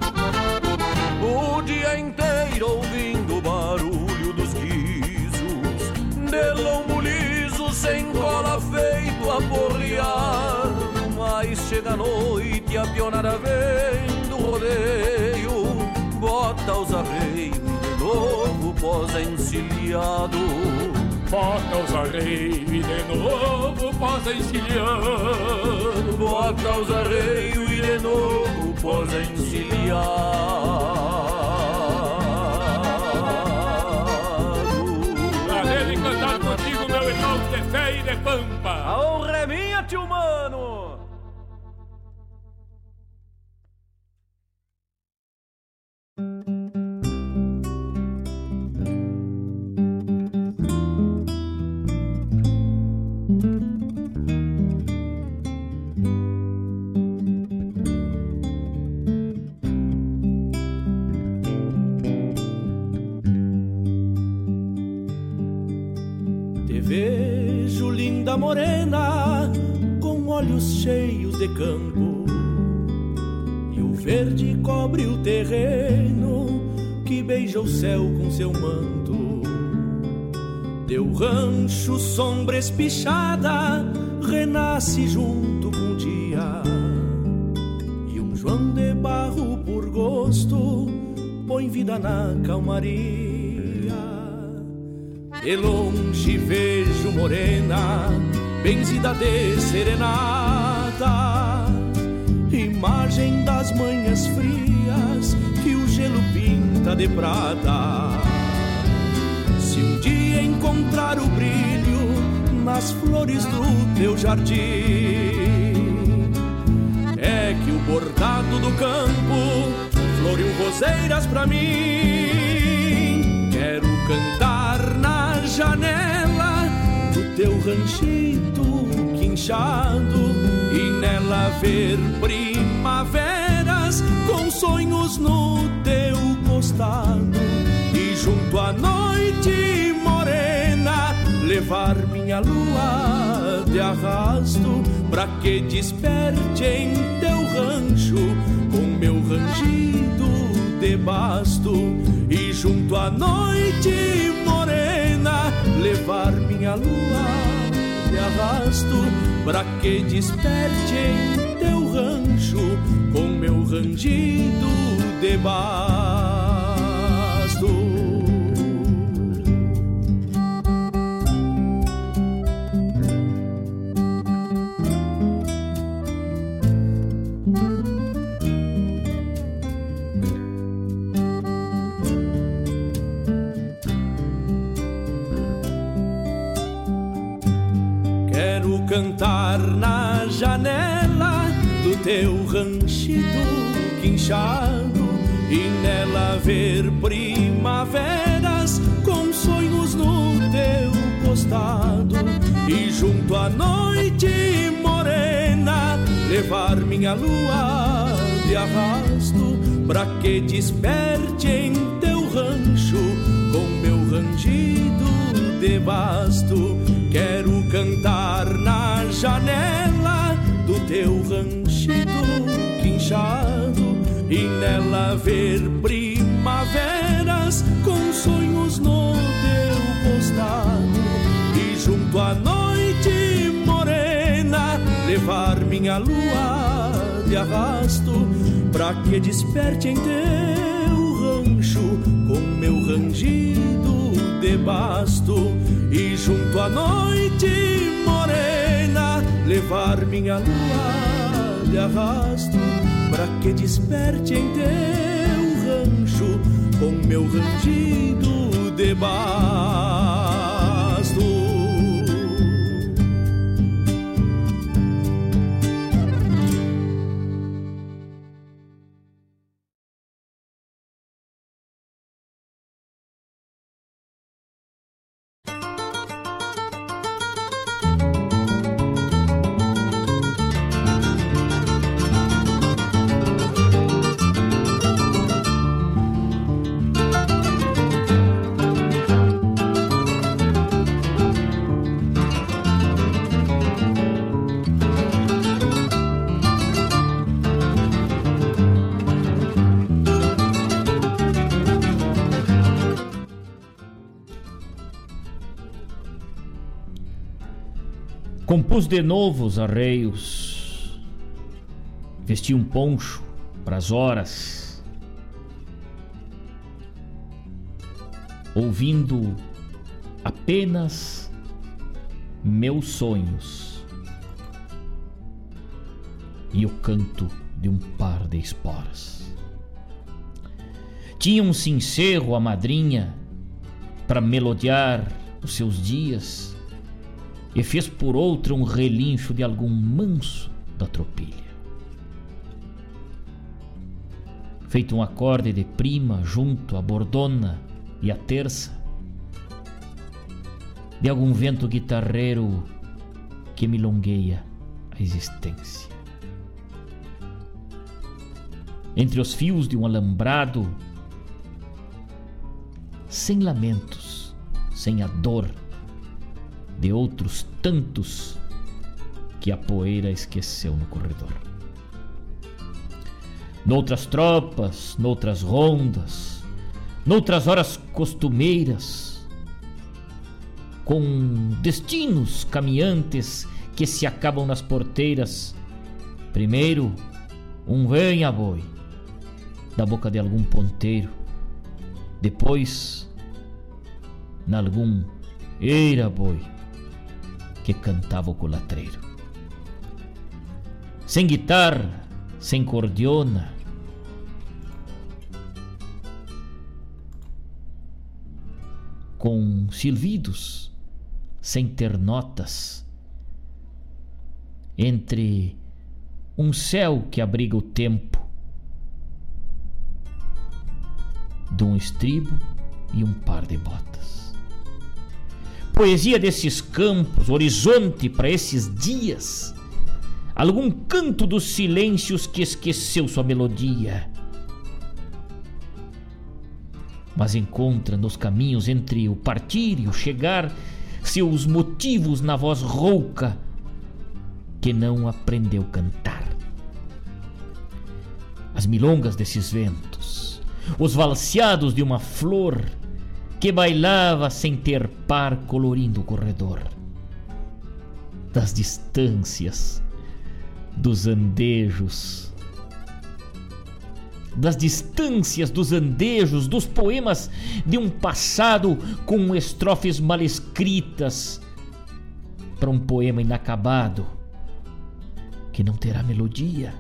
Speaker 21: O dia inteiro ouvindo o barulho dos guizos, de lombo liso sem cola feito a porrear. Mas chega a noite e a pionada vem do rodeio, bota os arreios e de novo posa encilhado.
Speaker 22: Bota os arreios e de novo posa encilhado.
Speaker 21: Bota os arreios e de novo posa encilhado.
Speaker 22: Prazer em cantar contigo, meu irmão de fé e de pampa.
Speaker 21: A honra é minha, tio Mano.
Speaker 6: Morena, com olhos cheios de campo, e o verde cobre o terreno que beija o céu com seu manto. Teu rancho, sombra espichada, renasce junto com o dia, e um João de barro por gosto põe vida na calmaria. De longe vejo morena, benzida de serenata,
Speaker 14: de prata. Se um dia encontrar o brilho nas flores do teu jardim, é que o bordado do campo floreou roseiras pra mim. Quero cantar na janela do teu ranchito quinchado e nela ver primaveras com sonhos no teu costado. E junto à noite morena levar minha lua de arrasto pra que desperte em teu rancho com meu rangido de basto. E junto à noite morena levar minha lua de arrasto pra que desperte em teu rancho com meu rangido de basto. Cantar na janela do teu ranchito quinchado e nela ver primaveras com sonhos no teu costado. E junto à noite morena levar minha lua de arrasto pra que desperte em teu rancho com meu rangido de basto. Quero cantar na janela do teu ranchito quinchado e nela ver primaveras com sonhos no teu costado. E junto à noite morena levar minha lua de arrasto pra que desperte em teu rancho com meu rangido de basto. E junto à noite morena levar minha lua de arrasto pra que desperte em teu rancho com meu rangido de basto.
Speaker 3: Compus de novo os arreios, vesti um poncho pras horas, ouvindo apenas meus sonhos e o canto de um par de esporas. Tinha um sincero a madrinha para melodiar os seus dias e fez por outra um relincho de algum manso da tropilha. Feito um acorde de prima junto à bordona e à terça, de algum vento guitarreiro que milongueia a existência. Entre os fios de um alambrado, sem lamentos, sem a dor de outros tantos que a poeira esqueceu no corredor. Noutras tropas, noutras rondas, noutras horas costumeiras, com destinos caminhantes que se acabam nas porteiras, primeiro um venha boi da boca de algum ponteiro, depois nalgum eira boi que cantava o colatreiro. Sem guitarra, sem cordiona, com silvidos, sem ter notas, entre um céu que abriga o tempo de um estribo e um par de botas. Poesia desses campos, horizonte para esses dias, algum canto dos silêncios que esqueceu sua melodia, mas encontra nos caminhos entre o partir e o chegar seus motivos na voz rouca que não aprendeu cantar. As milongas desses ventos, os valseados de uma flor que bailava sem ter par colorindo o corredor. Das distâncias, dos andejos, dos poemas de um passado com estrofes mal escritas para um poema inacabado que não terá melodia,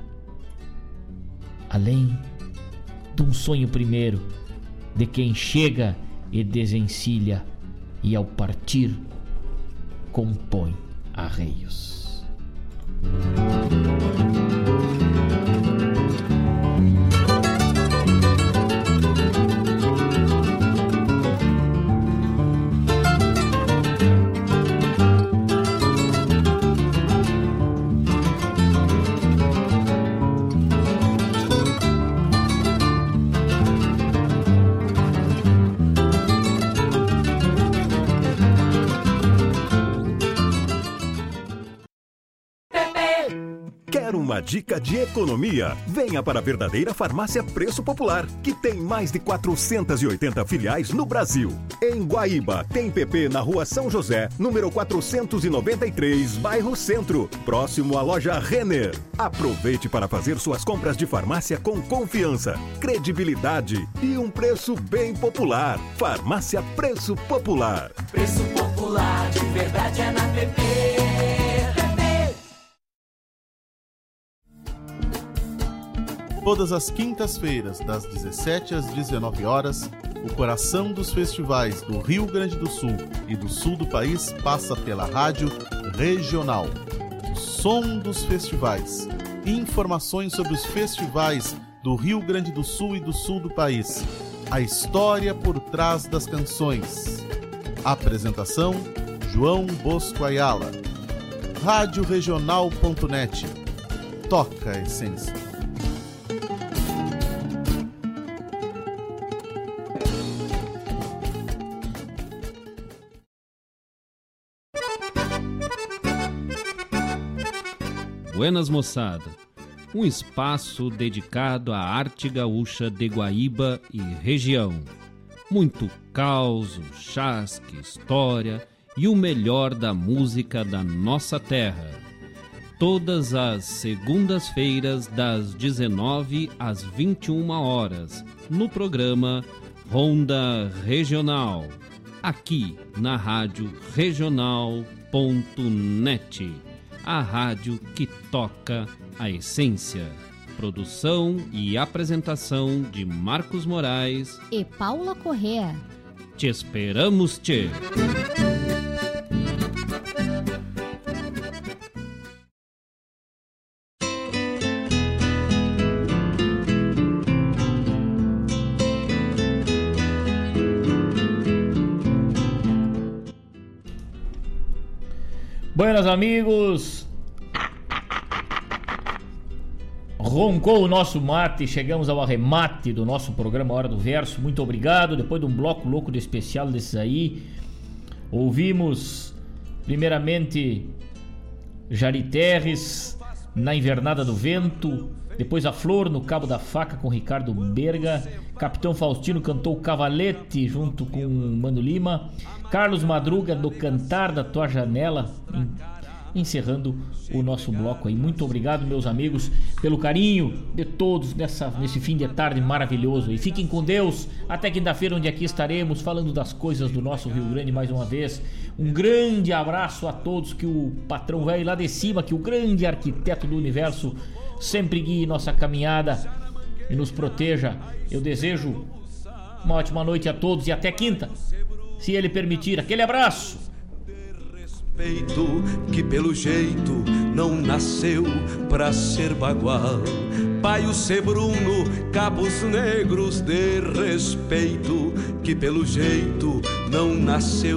Speaker 3: além de um sonho primeiro de quem chega e desencilha e ao partir compõe arreios.
Speaker 15: Uma dica de economia. Venha para a verdadeira Farmácia Preço Popular, que tem mais de 480 filiais no Brasil. Em Guaíba, tem PP na Rua São José, número 493, bairro Centro, próximo à loja Renner. Aproveite para fazer suas compras de farmácia com confiança, credibilidade e um preço bem popular. Farmácia Preço Popular.
Speaker 7: Preço popular, de verdade é na PP.
Speaker 9: Todas as quintas-feiras, das 17 às 19 horas, o coração dos festivais do Rio Grande do Sul e do sul do país passa pela Rádio Regional. O som dos festivais. Informações sobre os festivais do Rio Grande do Sul e do sul do país. A história por trás das canções. Apresentação: João Bosco Ayala. radioregional.net. Toca a essência.
Speaker 23: Buenas moçada, um espaço dedicado à arte gaúcha de Guaíba e região. Muito causo, chasque, história e o melhor da música da nossa terra. Todas as segundas-feiras das 19 às 21 horas, no programa Ronda Regional, aqui na Rádio Regional.net. A rádio que toca a essência. Produção e apresentação de Marcos Moraes
Speaker 24: e Paula Correa.
Speaker 23: Te esperamos, tchê!
Speaker 3: Buenas amigos, roncou o nosso mate, chegamos ao arremate do nosso programa Hora do Verso. Muito obrigado. Depois de um bloco louco de especial desses aí, ouvimos primeiramente Jari Terres na Invernada do Vento, depois A Flor no Cabo da Faca com Ricardo Berga, Capitão Faustino cantou Cavalete junto com Mano Lima, Carlos Madruga no Cantar da Tua Janela, encerrando o nosso bloco aí. Muito obrigado, meus amigos, pelo carinho de todos nesse fim de tarde maravilhoso. E fiquem com Deus até quinta-feira, onde aqui estaremos falando das coisas do nosso Rio Grande mais uma vez. Um grande abraço a todos, que o patrão velho lá de cima, que o grande arquiteto do universo sempre guie nossa caminhada e nos proteja. Eu desejo Uma ótima noite a todos e até quinta, se ele permitir. Aquele abraço.
Speaker 5: Que pelo jeito não nasceu pra ser bagual. Paio Sebruno, Cabos Negros de respeito, que pelo jeito não nasceu